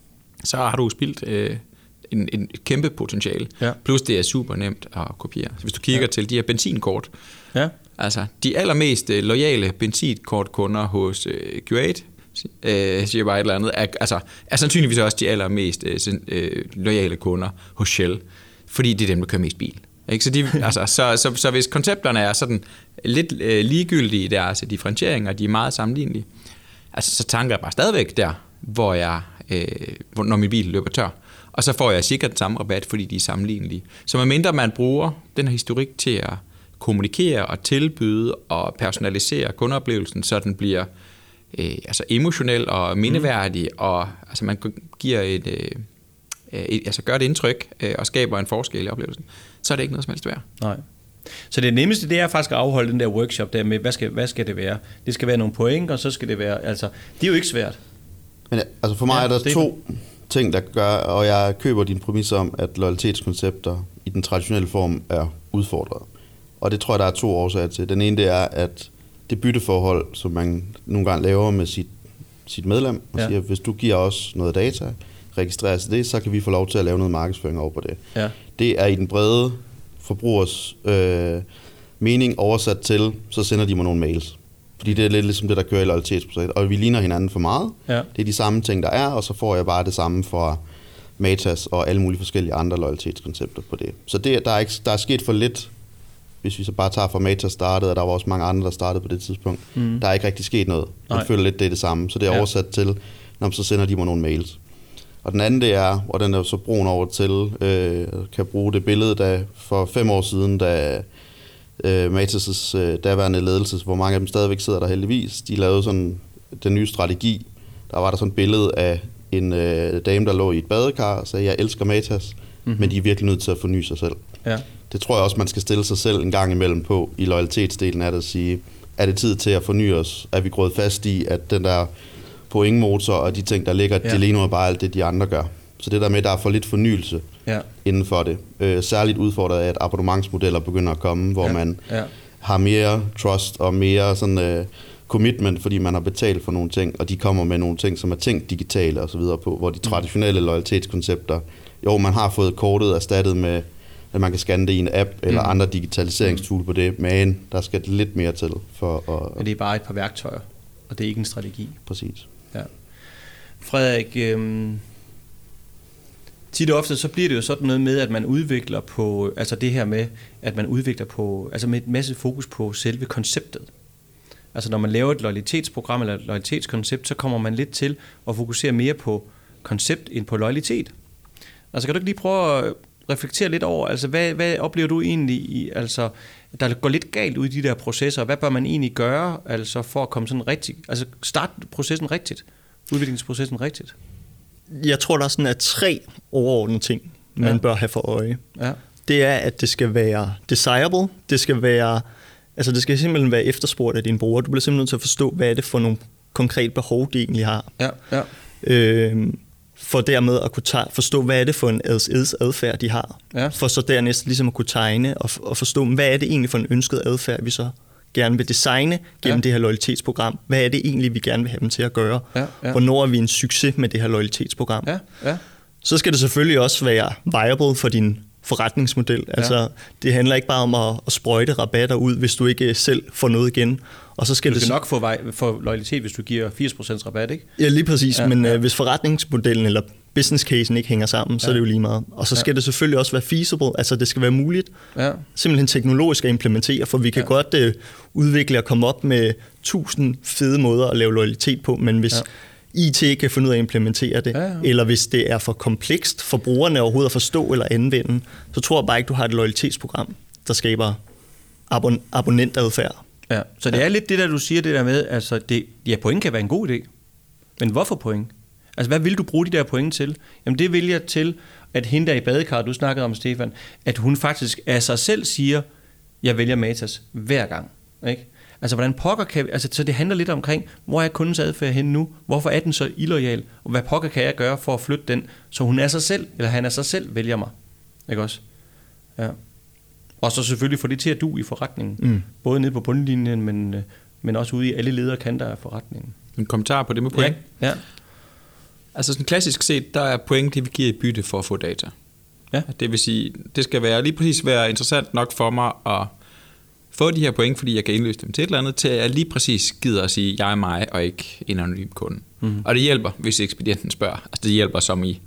så har du spildt øh, en, en kæmpe potentiale. Ja. Plus det er super nemt at kopiere. Så hvis du kigger ja. til de her benzinkort, ja. altså de allermest øh, loyale benzinkortkunder hos øh, Q otte, øh, siger bare et eller andet, er, altså, er sandsynligvis også de allermest øh, loyale kunder hos Shell, fordi det er dem, der kører mest bil. Ikke? Så, de, altså, så, så, så hvis koncepterne er sådan lidt øh, ligegyldige i deres differentieringer, de er meget sammenlignelige, altså, så tanker jeg bare stadigvæk der, hvor jeg, øh, hvor, når min bil løber tør. Og så får jeg sikkert samme rabat, fordi de er sammenlignelige. Så medmindre man bruger den her historik til at kommunikere og tilbyde og personalisere kundeoplevelsen, så den bliver øh, altså emotionel og mindeværdig, mm. og altså man giver et, øh, et, altså gør et indtryk øh, og skaber en forskel i oplevelsen, så er det ikke noget som helst værd. Nej. Så det nemmeste, det er faktisk at afholde den der workshop der med, hvad skal, hvad skal det være? Det skal være nogle point, og så skal det være, altså, det er jo ikke svært. Men altså for mig ja, er der det to ting, der gør, og jeg køber din præmis om, at loyalitetskoncepter i den traditionelle form er udfordret. Og det tror jeg, der er to årsager til. Den ene, det er, at det bytteforhold, som man nogle gange laver med sit, sit medlem, og ja. siger, hvis du giver os noget data, registrerer sig det, så kan vi få lov til at lave noget markedsføring over på det. Ja. Det er i den brede forbrugers øh, mening oversat til, så sender de mig nogle mails. Fordi det er lidt ligesom det, der kører i loyalitetsprojektet. Og vi ligner hinanden for meget. Ja. Det er de samme ting, der er, og så får jeg bare det samme fra Matas og alle mulige forskellige andre loyalitetskoncepter på det. Så det, der, er ikke, der er sket for lidt, hvis vi så bare tager fra Matas startede, og der var også mange andre, der startede på det tidspunkt. Mm. Der er ikke rigtig sket noget. Man Nej. føler lidt, det er det samme. Så det er ja. oversat til, når så sender de mig nogle mails. Og den anden, det er, og den er så brun over til, øh, kan bruge det billede, der for fem år siden, da øh, Matas' øh, daværende ledelse, hvor mange af dem stadigvæk sidder der heldigvis, de lavede sådan den nye strategi. Der var der sådan et billede af en øh, dame, der lå i et badekar og sagde, jeg elsker Matas, mm-hmm. men de er virkelig nødt til at forny sig selv. Ja. Det tror jeg også, man skal stille sig selv en gang imellem på i loyalitetsdelen, er det at sige, er det tid til at forny os? Er vi gået fast i, at den der pointmotor og de ting, der ligger, ja. de ligner bare alt det, de andre gør. Så det der med, at der er for lidt fornyelse ja. inden for det. Øh, særligt udfordret af, at abonnementsmodeller begynder at komme, hvor ja. man ja. har mere trust og mere sådan, øh, commitment, fordi man har betalt for nogle ting, og de kommer med nogle ting, som er tænkt digitale og så videre på, hvor de traditionelle loyalitetskoncepter, jo, man har fået kortet erstattet med, at man kan scanne det i en app, eller mm. andre digitaliseringstool på det, men der skal lidt mere til for at... Men det er bare et par værktøjer, og det er ikke en strategi. Præcis. Ja. Frederik, øhm, tit og ofte så bliver det jo sådan noget med, at man udvikler på, altså det her med, at man udvikler på, altså med et masse fokus på selve konceptet. Altså når man laver et loyalitetsprogram eller et loyalitetskoncept, så kommer man lidt til at fokusere mere på koncept end på loyalitet. Altså kan du ikke lige prøve at reflektere lidt over, altså hvad, hvad oplever du egentlig i, altså der går lidt galt ud i de der processer, hvad bør man egentlig gøre, altså for at komme sådan rigtig, altså starte processen rigtigt, udviklingsprocessen rigtigt? Jeg tror, der er sådan er tre overordnede ting, man ja. bør have for øje. Ja. Det er, at det skal være desirable, det skal være, altså det skal simpelthen være efterspurgt af dine brugere. Du bliver simpelthen nødt til at forstå, hvad er det for nogle konkrete behov, de egentlig har. Ja, ja. Øhm, for dermed at kunne tage, forstå, hvad er det for en adfærd, de har. Ja. For så dernæst ligesom at kunne tegne og, og forstå, hvad er det egentlig for en ønsket adfærd, vi så gerne vil designe gennem ja. det her loyalitetsprogram. Hvad er det egentlig, vi gerne vil have dem til at gøre? Ja, ja. Hvornår er vi en succes med det her loyalitetsprogram? Ja, ja. Så skal det selvfølgelig også være viable for din forretningsmodel. Altså, ja. det handler ikke bare om at, at sprøjte rabatter ud, hvis du ikke selv får noget igen. Og så skal du skal det nok få, vej, få loyalitet, hvis du giver firs procent rabat, ikke? Ja, lige præcis. Ja, men ja. Øh, hvis forretningsmodellen eller business casen ikke hænger sammen, så ja. er det jo lige meget. Og så skal ja. det selvfølgelig også være feasible, altså det skal være muligt ja. simpelthen teknologisk at implementere, for vi kan ja. godt øh, udvikle og komme op med tusind fede måder at lave loyalitet på, men hvis ja. I T kan finde ud af at implementere det, ja, ja. eller hvis det er for komplekst for brugerne overhovedet at forstå eller anvende, så tror jeg bare ikke, du har et loyalitetsprogram, der skaber abon- abonnentadfærd. Ja, så det er lidt det der, du siger, det der med, altså det, ja, point kan være en god idé, men hvorfor point? Altså, hvad vil du bruge de der point til? Jamen, det vil jeg til, at hende der i badekarret, du snakkede om, Stefan, at hun faktisk af sig selv siger, jeg vælger Matas hver gang, ikke? Altså, hvordan pokker kan, altså, så det handler lidt omkring, hvor er kundens adfærd henne nu? Hvorfor er den så illoyal? Og hvad pokker kan jeg gøre for at flytte den, så hun er sig selv, eller han er sig selv, vælger mig, ikke også? Ja. Og så selvfølgelig få det til at du i forretningen. Mm. Både nede på bundlinjen, men, men også ude i alle lederkanter af forretningen. En kommentar på det med point? Ja. ja. Altså sådan klassisk set, der er point, det vi giver i bytte for at få data. Ja. Det vil sige, det skal være lige præcis være interessant nok for mig at få de her point, fordi jeg kan indløse dem til et eller andet, til at jeg lige præcis gider at sige, jeg er mig, og ikke en anonym kunde. Mm. Og det hjælper, hvis ekspedienten spørger. Altså det hjælper som i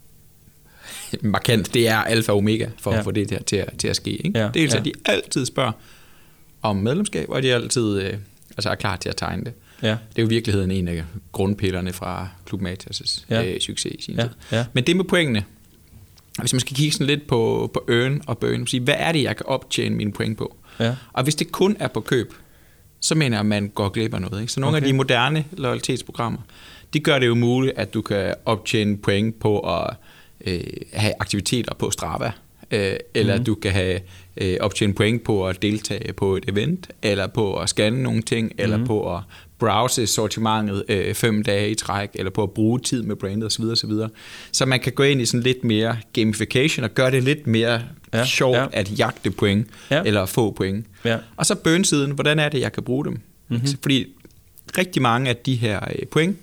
markant, det er alfa og omega for ja. at få det der til at, til at ske. Ikke? Ja. Det er jo så, at de altid spørger om medlemskab, og de altid øh, altså er klar til at tegne det. Ja. Det er jo i virkeligheden en af grundpillerne fra Club Matas' ja. øh, succes i sin ja. tid. Ja. Men det med pointene, hvis man skal kigge sådan lidt på, på earn og burn, sige, hvad er det, jeg kan optjene mine point på? Ja. Og hvis det kun er på køb, så mener jeg, at man går glip af noget. Ikke? Så nogle okay. af de moderne loyalitetsprogrammer, de gør det jo muligt, at du kan optjene point på at øh, have aktiviteter på Strava, øh, eller mm. du kan have øh, optjene point på at deltage på et event, eller på at scanne nogle ting, eller mm. på at browse sortimentet øh, fem dage i træk, eller på at bruge tid med brandet osv. osv. Så man kan gå ind i sådan lidt mere gamification, og gøre det lidt mere ja, sjovt ja. at jagte point, ja. eller få point. Ja. Og så burn-siden, hvordan er det, jeg kan bruge dem? Mm-hmm. Fordi rigtig mange af de her øh, point,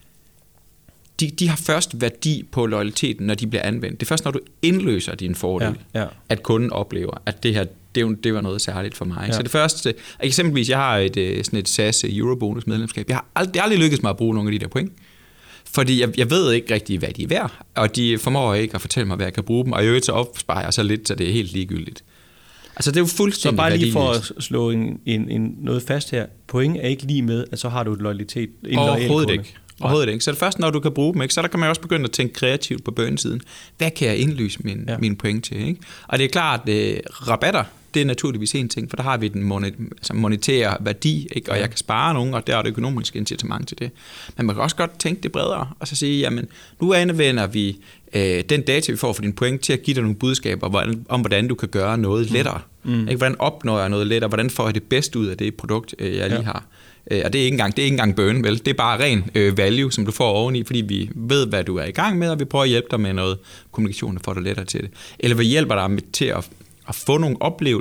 de, de har først værdi på loyaliteten, når de bliver anvendt. Det er først, når du indløser din fordel, ja. Ja. at kunden oplever, at det her det, det var noget særligt for mig. Ja. Så det første, eksempelvis, jeg har et, sådan et S A S Eurobonus medlemskab. Jeg har aldrig, det har aldrig lykkedes mig at bruge nogle af de der point. Fordi jeg, jeg ved ikke rigtig, hvad de er værd, og de formår ikke at fortælle mig, hvad jeg kan bruge dem, og i øvrigt så opsparer jeg så lidt, så det er helt ligegyldigt. Altså det er jo fuldstændig. Så bare lige for at slå en, en, en noget fast her, point er ikke lige med, at så har du et loyalitet. En Overhovedet ikke. Overhovedet ikke. Så det først, når du kan bruge dem, ikke? Så der kan man også begynde at tænke kreativt på burn-siden. Hvad kan jeg indlyse min, ja. mine point til? Ikke? Og det er klart, at øh, rabatter, det er naturligvis en ting, for der har vi den monet, altså monetære værdi, ikke? Og ja. jeg kan spare nogen, og der er det økonomiske incitament til det. Men man kan også godt tænke det bredere, og så sige, jamen, nu anvender vi øh, den data, vi får for dine point, til at give dig nogle budskaber hvordan, om, hvordan du kan gøre noget lettere. Mm. Ikke? Hvordan opnår jeg noget lettere? Hvordan får jeg det bedste ud af det produkt, øh, jeg lige ja. har? Og det er ikke engang, det er ikke engang burn, vel? Det er bare ren øh, value, som du får oveni, fordi vi ved, hvad du er i gang med, og vi prøver at hjælpe dig med noget kommunikation, der får dig lettere til det. Eller vi hjælper dig med, til at, at få nogle oplevelser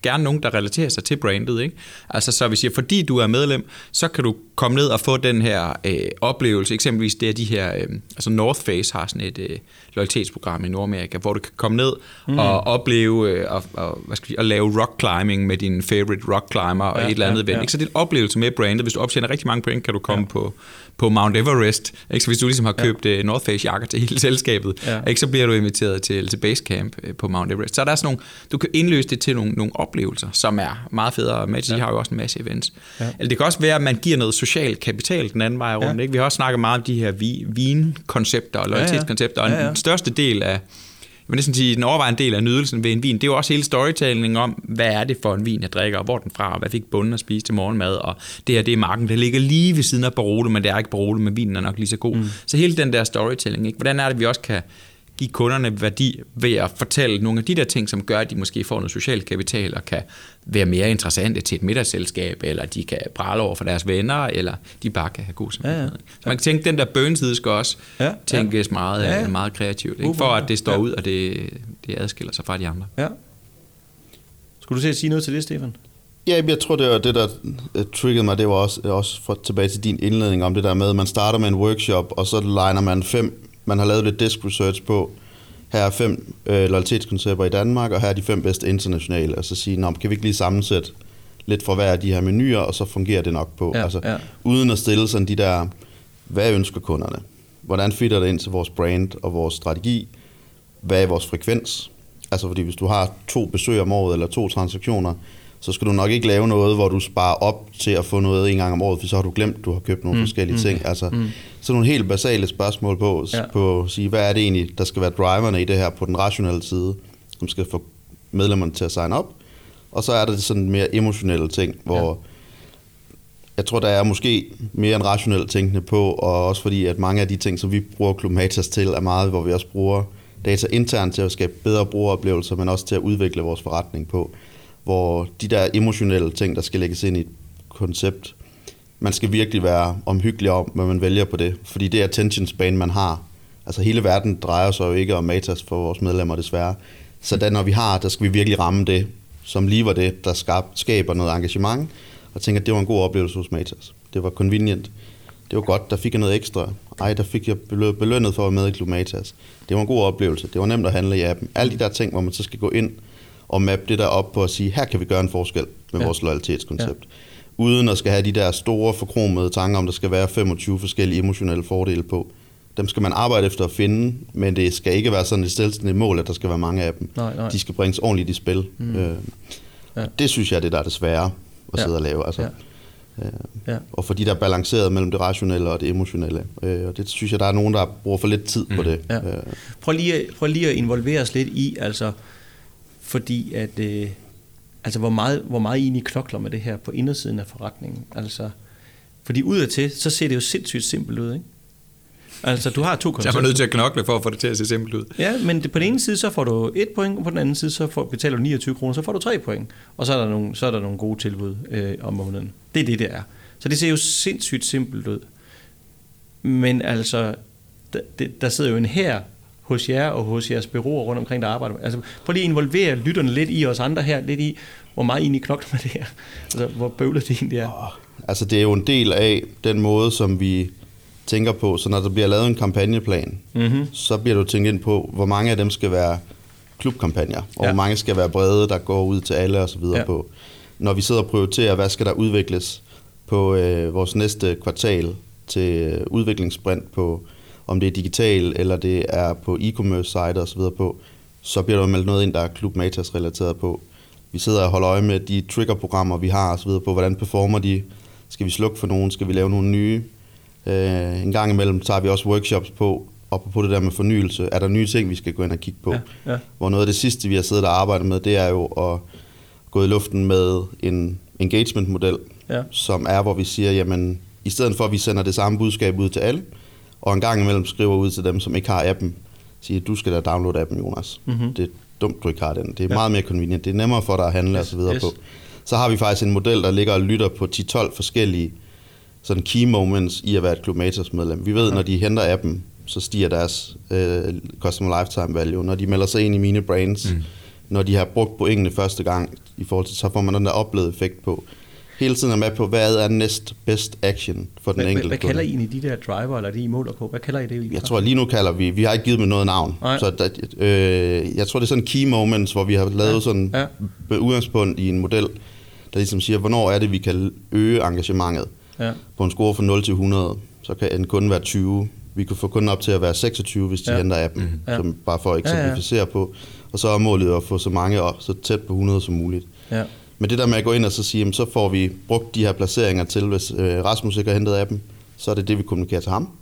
gerne nogen, der relaterer sig til brandet, ikke? Altså, så vi siger, fordi du er medlem, så kan du komme ned og få den her øh, oplevelse. Eksempelvis det er de her, øh, altså North Face har sådan et øh, loyalitetsprogram i Nordamerika, hvor du kan komme ned mm. og opleve øh, og, og, hvad skal vi, og lave rock climbing med din favorite rock climber og ja, et eller andet ja, ven. Ja. Ikke? Så det er en oplevelse med brandet. Hvis du optjener rigtig mange point, kan du komme ja. på, på Mount Everest. Ikke? Så hvis du ligesom har købt ja. North Face jakker til hele selskabet, ja. ikke? Så bliver du inviteret til, til basecamp på Mount Everest. Så der er sådan nogle, du kan indløse det til nogle, nogle oplevelser, som er meget federe. Mads, ja. har jo også en masse events. Ja. Eller det kan også være, at man giver noget social kapital den anden vej rundt. Ja. Ikke? Vi har også snakket meget om de her vin-koncepter og loyalitetskoncepter, og ja, ja. og den største del af, jeg vil næsten sige, den overvejende del af nydelsen ved en vin, det er jo også hele storytelling om, hvad er det for en vin, jeg drikker, og hvor den fra, og hvad fik bunden at spise til morgenmad, og det her, det er marken, der ligger lige ved siden af Barolo, men det er ikke Barolo, men vinen er nok lige så god. Mm. Så hele den der storytelling, ikke? Hvordan er det, vi også kan give kunderne værdi ved at fortælle nogle af de der ting, som gør, at de måske får noget social kapital og kan være mere interessante til et middagsselskab, eller de kan prale over for deres venner, eller de bare kan have god samvittighed. Ja, ja. Så man kan tænke, den der bønside skal også ja, tænkes ja. meget, ja, ja. meget kreativt, ikke? For at det står ja. ud, og det, det adskiller sig fra de andre. Ja. Skulle du se at sige noget til det, Stefan? Ja, jeg tror, det var det, der triggede mig, det var også, også for, tilbage til din indledning om det der med, at man starter med en workshop, og så liner man fem. Man har lavet lidt desk research på, her er fem øh, loyalitetskoncepter i Danmark, og her er de fem bedste internationale, og så sige, nå, kan vi ikke lige sammensætte lidt fra hver af de her menuer, og så fungerer det nok på. Ja, altså, ja. Uden at stille sådan de der, hvad ønsker kunderne? Hvordan fitter det ind til vores brand og vores strategi? Hvad er vores frekvens? Altså fordi hvis du har to besøg om året, eller to transaktioner, så skal du nok ikke lave noget, hvor du sparer op til at få noget en gang om året, for så har du glemt, at du har købt nogle mm, forskellige mm, ting. Altså, mm. Så nogle helt basale spørgsmål på, ja. på at sige, hvad er det egentlig, der skal være driverne i det her på den rationelle side, som skal få medlemmerne til at sign op. Og så er der sådan mere emotionelle ting, hvor ja. jeg tror, der er måske mere en rationel tænkende på, og også fordi, at mange af de ting, som vi bruger Club Matas til, er meget, hvor vi også bruger data internt til at skabe bedre brugeroplevelser, men også til at udvikle vores forretning på. Hvor de der emotionelle ting, der skal lægges ind i et koncept, man skal virkelig være omhyggelig om, hvad man vælger på det. Fordi det attention span, man har. Altså hele verden drejer sig jo ikke om Matas for vores medlemmer, desværre. Så da, når vi har, der skal vi virkelig ramme det, som lige var det, der skaber noget engagement. Og tænker, at det var en god oplevelse hos Matas. Det var convenient. Det var godt, der fik jeg noget ekstra. Ej, der fik jeg belønnet for at være med i Club Matas. Det var en god oplevelse. Det var nemt at handle i appen. Alle de der ting, hvor man så skal gå ind og mappe det der op på at sige, her kan vi gøre en forskel med ja. vores loyalitetskoncept. Ja. Uden at skal have de der store forkromede tanker om, der skal være femogtyve forskellige emotionelle fordele på. Dem skal man arbejde efter at finde, men det skal ikke være sådan et selvstændigt mål, at der skal være mange af dem. Nej, nej. De skal bringes ordentligt i spil. Mm. Øh, ja. Det synes jeg, det der er det svære at sidde ja. og lave. Altså, ja. Øh, ja. Og for de der balanceret mellem det rationelle og det emotionelle. Øh, og det synes jeg, der er nogen, der bruger for lidt tid mm. på det. Ja. Øh. Prøv, lige at, prøv lige at involvere os lidt i, altså fordi at øh, altså hvor meget hvor meget I knokler med det her på indersiden af forretningen. Altså fordi udadtil så ser det jo sindssygt simpelt ud, ikke? Altså du har to koncepter. Så er man nødt til at knokle for at få det til at se simpelt ud. Ja, men det, på den ene side så får du et point, og på den anden side så får, betaler du niogtyve kroner, så får du tre point. Og så er der nogle så er der nogle gode tilbud øh, om måneden. Det er det det er. Så det ser jo sindssygt simpelt ud. Men altså der, det, der sidder jo en her hos jer og hos jeres bureauer rundt omkring, der arbejder. Altså, prøv lige at involvere lytterne lidt i os andre her, lidt i, hvor meget I knokler med det her. Altså, hvor bøvlet det egentlig er. Oh, altså, det er jo en del af den måde, som vi tænker på. Så når der bliver lavet en kampagneplan, mm-hmm. så bliver du tænkt ind på, hvor mange af dem skal være klubkampagner, og ja. hvor mange skal være brede, der går ud til alle og så videre ja. på. Når vi sidder og prioriterer, hvad skal der udvikles på øh, vores næste kvartal til udviklingssprint på, om det er digital, eller det er på e-commerce site og så videre på, så bliver der meldt noget ind, der er Club Matas relateret på. Vi sidder og holder øje med de triggerprogrammer, vi har og så videre på, hvordan performer de, skal vi slukke for nogen, skal vi lave nogle nye. Øh, en gang imellem tager vi også workshops på, og på det der med fornyelse, er der nye ting, vi skal gå ind og kigge på. Ja, ja. Hvor noget af det sidste, vi har siddet og arbejdet med, det er jo at gå i luften med en engagement-model, ja. som er, hvor vi siger, jamen, i stedet for at vi sender det samme budskab ud til alle, og en gang imellem skriver ud til dem, som ikke har appen, siger, du skal da downloade appen, Jonas. Mm-hmm. Det er dumt, du ikke har den. Det er ja. meget mere convenient. Det er nemmere for dig at handle yes. og så videre yes. på. Så har vi faktisk en model, der ligger og lytter på ti til tolv forskellige sådan key moments i at være et Club Matas medlem. Vi ved, ja. når de henter appen, så stiger deres uh, customer lifetime value. Når de melder sig ind i mine brands, mm. når de har brugt pointene første gang, i forhold til, så får man den der oplevede effekt på. Hele tiden er med på, hvad er næst best action for den hvad, enkelte. Hvad kalder I egentlig de der driver, eller de I måler på? Hvad kalder I det egentlig? Jeg tror, lige nu kalder vi, vi har ikke givet dem noget navn. Så der, øh, jeg tror, det er sådan key moments, hvor vi har lavet ja. sådan ja. udgangspunkt i en model, der ligesom siger, hvornår er det, vi kan øge engagementet. Ja. På en score fra nul til hundrede, så kan en kunde være tyve. Vi kan få kunden op til at være seksogtyve, hvis de ja. henter appen, mm-hmm. ja. som bare for at eksemplificere ja, ja. på. Og så er målet at få så mange op, så tæt på hundrede som muligt. Ja. Men det der med at gå ind og så sige, så får vi brugt de her placeringer til, hvis øh, Rasmus ikke har hentet appen, så er det det, vi kommunikerer til ham.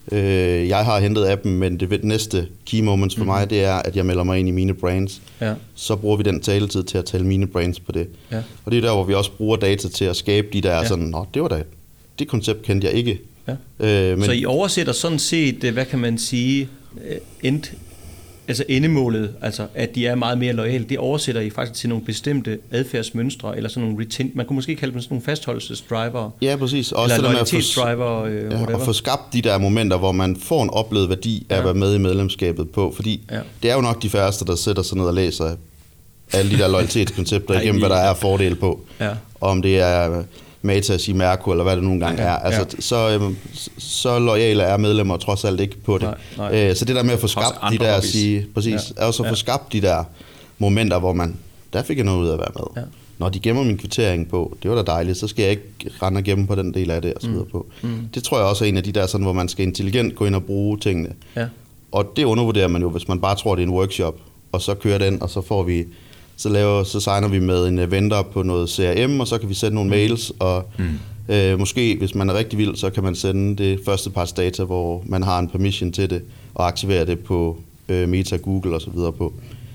Øh, jeg har hentet appen, men det næste key moments for mm-hmm. mig, det er, at jeg melder mig ind i mine brands. Ja. Så bruger vi den taletid til at tale mine brands på det. Ja. Og det er der, hvor vi også bruger data til at skabe de der ja. sådan, nå, det var da, det koncept kendte jeg ikke. Ja. Øh, men så I oversætter sådan set, hvad kan man sige, end, altså endemålet, altså at de er meget mere loyale, det oversætter I faktisk til nogle bestemte adfærdsmønstre, eller sådan nogle retent, man kunne måske kalde dem sådan nogle fastholdelsesdriver. Ja, præcis. Også eller loyalitetsdriver. Øh, ja, og få skabt de der momenter, hvor man får en oplevet værdi af ja. at være med i medlemskabet på, fordi ja. det er jo nok de færreste, der sætter sig ned og læser alle de der loyalitetskoncepter igennem, hvad der er fordel på. Ja. Om det er Matas i Mærko, eller hvad det nogle gange ja, er. Altså, ja. så, øhm, så loyale er medlemmer trods alt ikke på det. Nej, nej. Æ, så det der med at få skabt de der, sige, præcis, ja. er også at få ja. skabt de der momenter, hvor man, der fik jeg noget ud af at være med. Ja. Når de gemmer min kvittering på, det var da dejligt, så skal jeg ikke rende og gemme på den del af det, og så videre på. Mm. Det tror jeg også er en af de der, sådan, hvor man skal intelligent gå ind og bruge tingene. Ja. Og det undervurderer man jo, hvis man bare tror, det er en workshop, og så kører den, og så får vi Så, laver, så signer vi med en vendor på noget C R M, og så kan vi sende nogle mails, og mm. øh, måske, hvis man er rigtig vild, så kan man sende det første parts data, hvor man har en permission til det, og aktivere det på øh, Meta, Google og så videre på.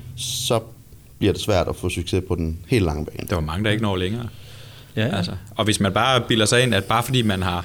Så bliver det svært at få succes på den helt lange bane. Der var mange, der ikke når længere. Ja, ja. Altså, og hvis man bare bilder sig ind, at bare fordi man har,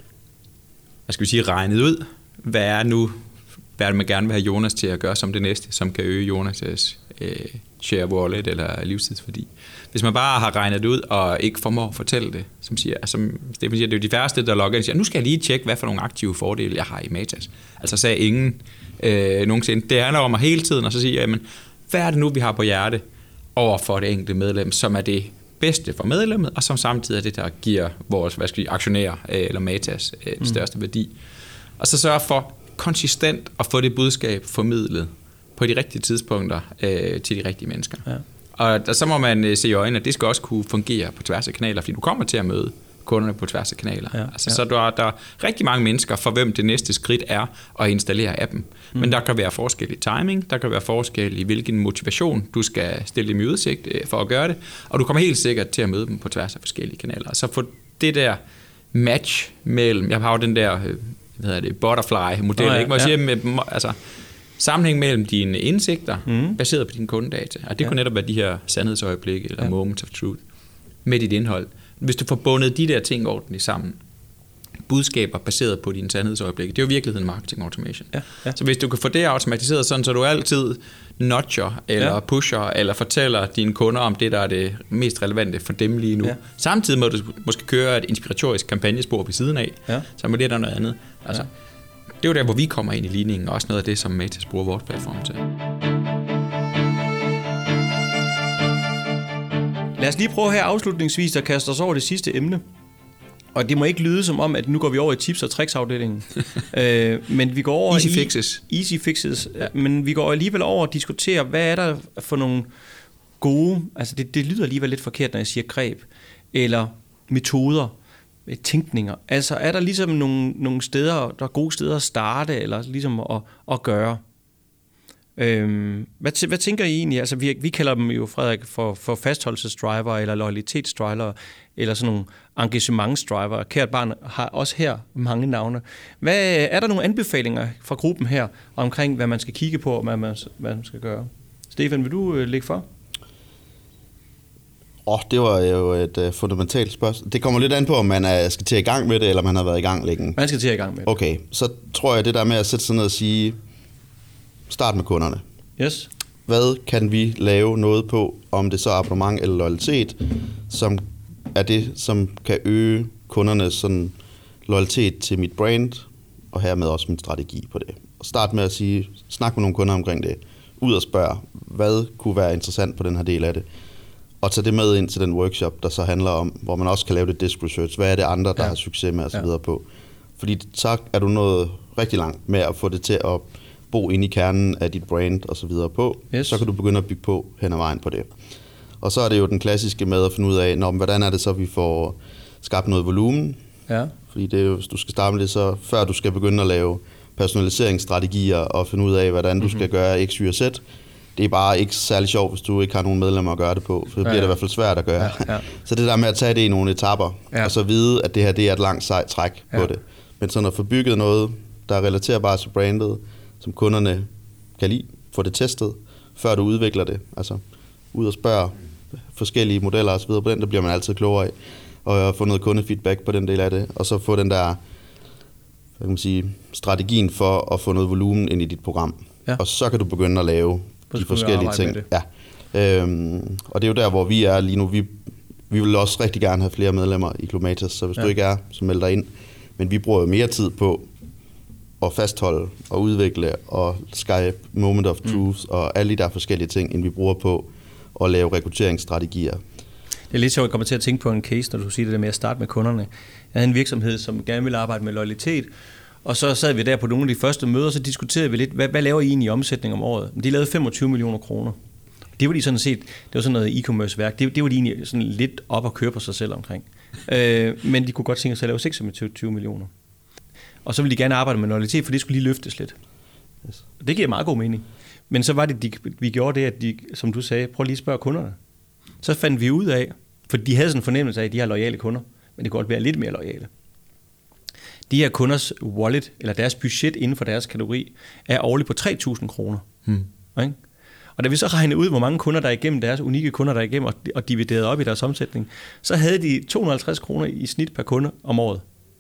hvad skal vi sige, regnet ud, hvad er nu, hvad er det, man gerne vil have Jonas til at gøre som det næste, som kan øge Jonas' øh, share wallet eller livstidsværdi. Hvis man bare har regnet det ud og ikke formår at fortælle det, som siger, altså, det er jo de færreste, der logger ind og siger, nu skal jeg lige tjekke, hvad for nogle aktive fordele jeg har i Matas. Altså sagde ingen øh, nogensinde. Det handler om at hele tiden, og så sige, jamen, hvad er det nu, vi har på hjerte over for det enkelte medlem, som er det bedste for medlemmet, og som samtidig er det, der giver vores, hvad skal vi, aktionærer øh, eller Matas øh, den største mm. værdi. Og så sørge for konsistent at få det budskab formidlet på de rigtige tidspunkter øh, til de rigtige mennesker. Ja. Og der, så må man øh, se i øjnene, at det skal også kunne fungere på tværs af kanaler, fordi du kommer til at møde kunderne på tværs af kanaler. Ja. Altså, ja. Så der er der rigtig mange mennesker, for hvem det næste skridt er at installere appen. Mm. Men der kan være forskel i timing, der kan være forskel i hvilken motivation du skal stille dem i udsigt øh, for at gøre det, og du kommer helt sikkert til at møde dem på tværs af forskellige kanaler. Så for det der match mellem, jeg har jo den der, øh, hvad hedder det, butterfly-model, oh, ja. ikke? Hvor jeg ja. siger, med, altså, sammenhæng mellem dine indsigter, mm. baseret på dine kundedata. Og det ja. kunne netop være de her sandhedsøjeblikke, eller ja. moments of truth, med dit indhold. Hvis du får bundet de der ting ordentligt sammen, budskaber baseret på dine sandhedsøjeblikke, det er jo virkeligheden marketing automation. Ja. Ja. Så hvis du kan få det automatiseret sådan, så du altid nudger, eller ja. pusher, eller fortæller dine kunder om det, der er det mest relevante for dem lige nu. Ja. Samtidig må du måske køre et inspiratorisk kampagnespor ved siden af, ja. så må det der noget andet. Altså, ja. Det er jo der, hvor vi kommer ind i ligningen, og også noget af det, som Matas bruger vores platform til. Lad os lige prøve her afslutningsvis at kaste os over det sidste emne. Og det må ikke lyde som om, at nu går vi over i tips- og tricks-afdelingen. øh, men vi går over easy i fixes. Easy fixes. Ja. Men vi går alligevel over og diskuterer, hvad er der for nogle gode, altså det, det lyder alligevel lidt forkert, når jeg siger greb, eller metoder, tænkninger. Altså er der ligesom nogle, nogle steder, der er gode steder at starte, eller ligesom at, at gøre? Øhm, hvad, hvad tænker I egentlig? Altså vi, vi kalder dem jo, Frederik, for, for fastholdelsesdriver, eller loyalitetsdriver, eller sådan nogle engagementsdriver. Kært barn har også her mange navne. Hvad, er der nogle anbefalinger fra gruppen her, omkring hvad man skal kigge på, og hvad man, hvad man skal gøre? Stefan, vil du øh, lægge for? Åh, oh, det var jo et uh, fundamentalt spørgsmål. Det kommer lidt an på, om man er, skal til i gang med det, eller man har været i gang længe. Man skal til i gang med det. Okay, så tror jeg, det der med at sætte sig ned og sige, start med kunderne. Yes. Hvad kan vi lave noget på, om det så er abonnement eller loyalitet, som er det, som kan øge kundernes sådan loyalitet til mit brand, og hermed også min strategi på det. Og start med at sige, snak med nogle kunder omkring det. Ud og spørg, hvad kunne være interessant på den her del af det. og tage det med ind til den workshop, der så handler om, hvor man også kan lave det disk research. Hvad er det andre, der ja. har succes med, og så ja. videre på. Fordi så er du nået rigtig langt med at få det til at bo inde i kernen af dit brand, og så videre på. Yes. Så kan du begynde at bygge på hen ad vejen på det. Og så er det jo den klassiske med at finde ud af, når, hvordan er det så, vi får skabt noget volumen. Ja. Fordi det er jo, hvis du skal starte med det, så før du skal begynde at lave personaliseringsstrategier og finde ud af, hvordan du mm-hmm. skal gøre X, Y og Z. Det er bare ikke særlig sjovt, hvis du ikke har nogen medlemmer at gøre det på, for det bliver ja, ja. det i hvert fald svært at gøre. Ja, ja. Så det der med at tage det i nogle etapper, ja. og så vide, at det her det er et langt sejt træk ja. på det. Men sådan at få bygget noget, der er relaterbart til brandet, som kunderne kan lide, få det testet, før du udvikler det. Altså ud og spørge forskellige modeller og så videre. På den, der bliver man altid klogere af. Og få noget kundefeedback på den del af det. Og så få den der, hvad kan man sige, strategien for at få noget volumen ind i dit program. Ja. Og så kan du begynde at lave de forskellige ting. Ja. Øhm, og det er jo der, hvor vi er lige nu. Vi, vi vil også rigtig gerne have flere medlemmer i Club Matas, så hvis ja. du ikke er, så meld dig ind. Men vi bruger jo mere tid på at fastholde og udvikle og Skype, Moment of Truth mm. og alle de der forskellige ting, end vi bruger på at lave rekrutteringsstrategier. Det er lidt sjovt, at jeg kommer til at tænke på en case, når du siger det der med at starte med kunderne. Jeg havde en virksomhed, som gerne ville arbejde med loyalitet, og så sad vi der på nogle af de første møder, så diskuterede vi lidt, hvad, hvad laver I egentlig i omsætning om året? De lavede femogtyve millioner kroner. Det var de sådan set, det var sådan noget e-commerce-værk, det, det var de egentlig sådan lidt op at køre på sig selv omkring. øh, men de kunne godt tænke sig at lave seksogtyve millioner. Og så ville de gerne arbejde med loyalitet, for det skulle lige løftes lidt. Yes. Det giver meget god mening. Men så var det, de, vi gjorde det, at de, som du sagde, prøv lige at spørge kunderne. Så fandt vi ud af, for de havde sådan en fornemmelse af, at de har loyale kunder, men det kunne godt være lidt mere loyale. De her kunders wallet, eller deres budget inden for deres kategori, er årligt på tre tusind kroner. Hmm. Okay? Og da vi så regnede ud, hvor mange kunder der er igennem, deres unikke kunder der er igennem, og dividerede op i deres omsætning, så havde de to hundrede og halvtreds kroner i snit per kunde om året.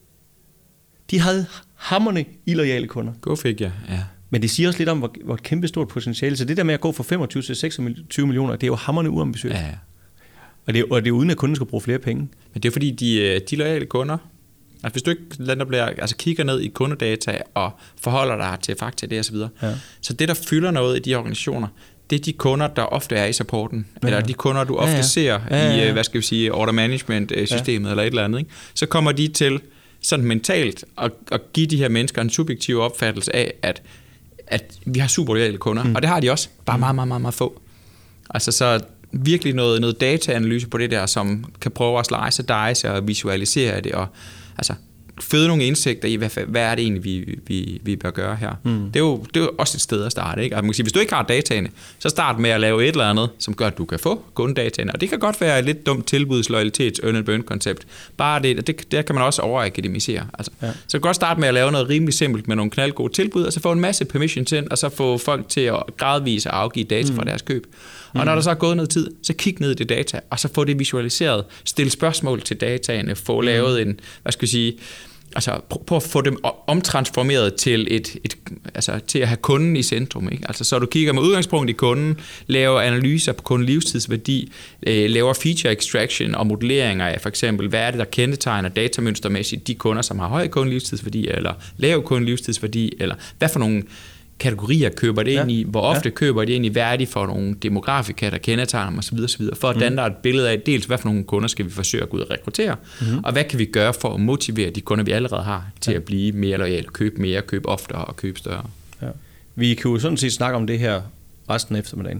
De havde hamrende illoyale kunder. Go figure, ja. Men det siger også lidt om, hvor, hvor kæmpe stort potentiale. Så det der med at gå fra femogtyve til seksogtyve millioner, det er jo hamrende uambitiøst. Ja, ja. Og, det er, og det er uden, at kunden skal bruge flere penge. Men det er fordi, de, de loyale kunder, altså hvis du ikke lader bliver, altså kigger ned i kundedata og forholder dig til fakta det og så videre, ja. så det, der fylder noget i de organisationer, det er de kunder, der ofte er i supporten, ja. eller de kunder, du ofte ja, ja. ser ja, ja, ja. i, hvad skal vi sige, order management-systemet ja. eller et eller andet. Ikke? Så kommer de til sådan mentalt at, at give de her mennesker en subjektiv opfattelse af, at at vi har super loyale kunder, mm. og det har de også, bare meget, meget, meget, meget få. Altså så virkelig noget, noget dataanalyse på det der, som kan prøve at slice og dice og visualisere det, og altså føde nogle indsigter i, hvad, hvad er det egentlig, vi, vi, vi bør gøre her. Mm. Det, er jo, det er jo også et sted at starte. Ikke? Altså, man kan sige, hvis du ikke har dataene, så start med at lave et eller andet, som gør, at du kan få kundedataene. Og det kan godt være et lidt dumt tilbuds loyalitets earn and burn koncept. Bare det, det, det kan man også overakademisere. Altså, ja. Så du kan godt starte med at lave noget rimelig simpelt med nogle knaldgode tilbud, og så få en masse permissions ind, og så få folk til at gradvise og afgive data mm. fra deres køb. Og når der så er gået noget tid, så kig ned i det data, og så få det visualiseret, stille spørgsmål til dataene, få lavet en, hvad skal jeg sige, altså prøv at få dem omtransformeret til et, et altså til at have kunden i centrum, ikke? Altså så du kigger med udgangspunkt i kunden, laver analyser på kunden livstidsværdi, øh, laver feature extraction og modelleringer af for eksempel, hvad er det der kendetegner datamønstermæssigt de kunder, som har høj kunden livstidsværdi eller lav kunden livstidsværdi, eller hvad for nogle kategorier køber det ja. ind i, hvor ofte ja. køber det ind i, hvad er de for nogle demografika, der kendetegner dem osv. osv. For at danne mm. et billede af, dels hvad for nogle kunder skal vi forsøge at gå ud og rekruttere, mm. og hvad kan vi gøre for at motivere de kunder, vi allerede har, til ja. at blive mere loyale, købe mere, købe oftere og købe større. Ja. Vi kan jo sådan set snakke om det her resten af eftermiddagen.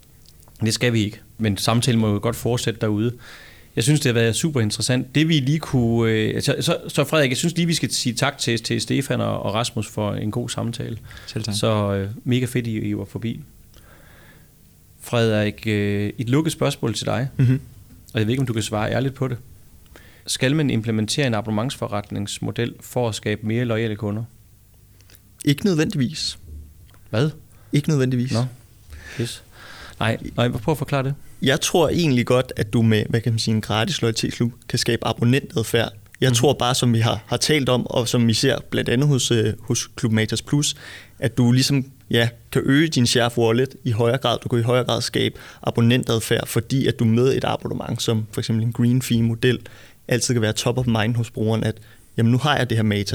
Det skal vi ikke, men samtalen må jo godt fortsætte derude. Jeg synes, det har været super interessant. Det vi lige kunne... Øh, så, så, så Frederik, jeg synes lige, vi skal sige tak til, til Stefan og, og Rasmus for en god samtale. Selv tak. Så øh, mega fedt, I, I var forbi. Frederik, øh, et lukket spørgsmål til dig. Mm-hmm. Og jeg ved ikke, om du kan svare ærligt på det. Skal man implementere en abonnementsforretningsmodel for at skabe mere loyale kunder? Ikke nødvendigvis. Hvad? Ikke nødvendigvis. Nå. Yes. Nej, nej, prøv at forklare det. Jeg tror egentlig godt, at du med, hvad kan man sige, en gratis loyalitetsklub kan skabe abonnentadfærd. Jeg mm. tror bare, som vi har, har talt om, og som vi ser blandt andet hos, øh, hos Club Matas Plus, at du ligesom ja, kan øge din share of wallet i højere grad. Du kan i højere grad skabe abonnentadfærd, fordi at du med et abonnement, som for eksempel en green fee model, altid kan være top of mind hos brugeren, at jamen, nu har jeg det her Matas.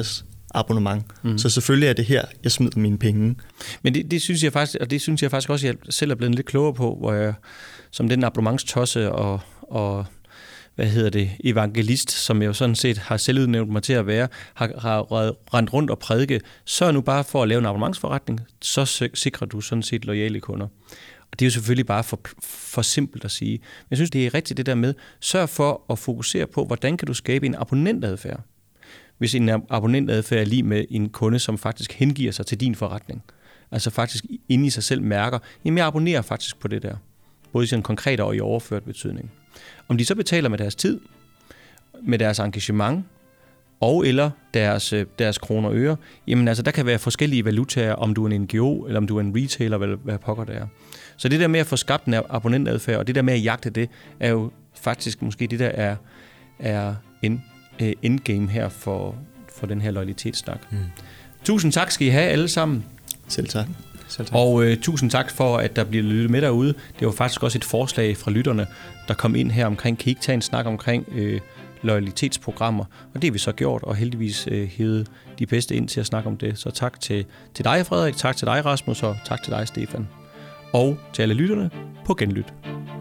abonnement. Mm. Så selvfølgelig er det her, jeg smider mine penge. Men det, det synes jeg faktisk, og det synes jeg faktisk også, jeg selv er blevet lidt klogere på, hvor jeg som den abonnementstosse og, og hvad hedder det, evangelist, som jeg jo sådan set har selvudnævnt mig til at være, har, har rendt rundt og prædike, sørg nu bare for at lave en abonnementsforretning, så sikrer du sådan set loyale kunder. Og det er jo selvfølgelig bare for, for simpelt at sige. Men jeg synes, det er rigtigt det der med, sørg for at fokusere på, hvordan kan du skabe en abonnentadfærd. Hvis en abonnentadfærd er lige med en kunde, som faktisk hengiver sig til din forretning. Altså faktisk inde i sig selv mærker, jamen jeg abonnerer faktisk på det der. Både i sådan konkret og i overført betydning. Om de så betaler med deres tid, med deres engagement, og eller deres, deres kroner og øre, jamen altså der kan være forskellige valutaer, om du er en N G O, eller om du er en retailer, eller hvad pokker det er. Så det der med at få skabt en abonnentadfærd, og det der med at jagte det, er jo faktisk måske det, der er, er en endgame her for, for den her loyalitetssnak. Mm. Tusind tak skal I have alle sammen. Selv tak. Selv tak. Og øh, tusind tak for, at der bliver lyttet med derude. Det var faktisk også et forslag fra lytterne, der kom ind her omkring, kan I ikke tage en snak omkring øh, loyalitetsprogrammer? Og det har vi så gjort, og heldigvis øh, hævet de bedste ind til at snakke om det. Så tak til, til dig, Frederik, tak til dig, Rasmus, og tak til dig, Stefan. Og til alle lytterne på genlyt.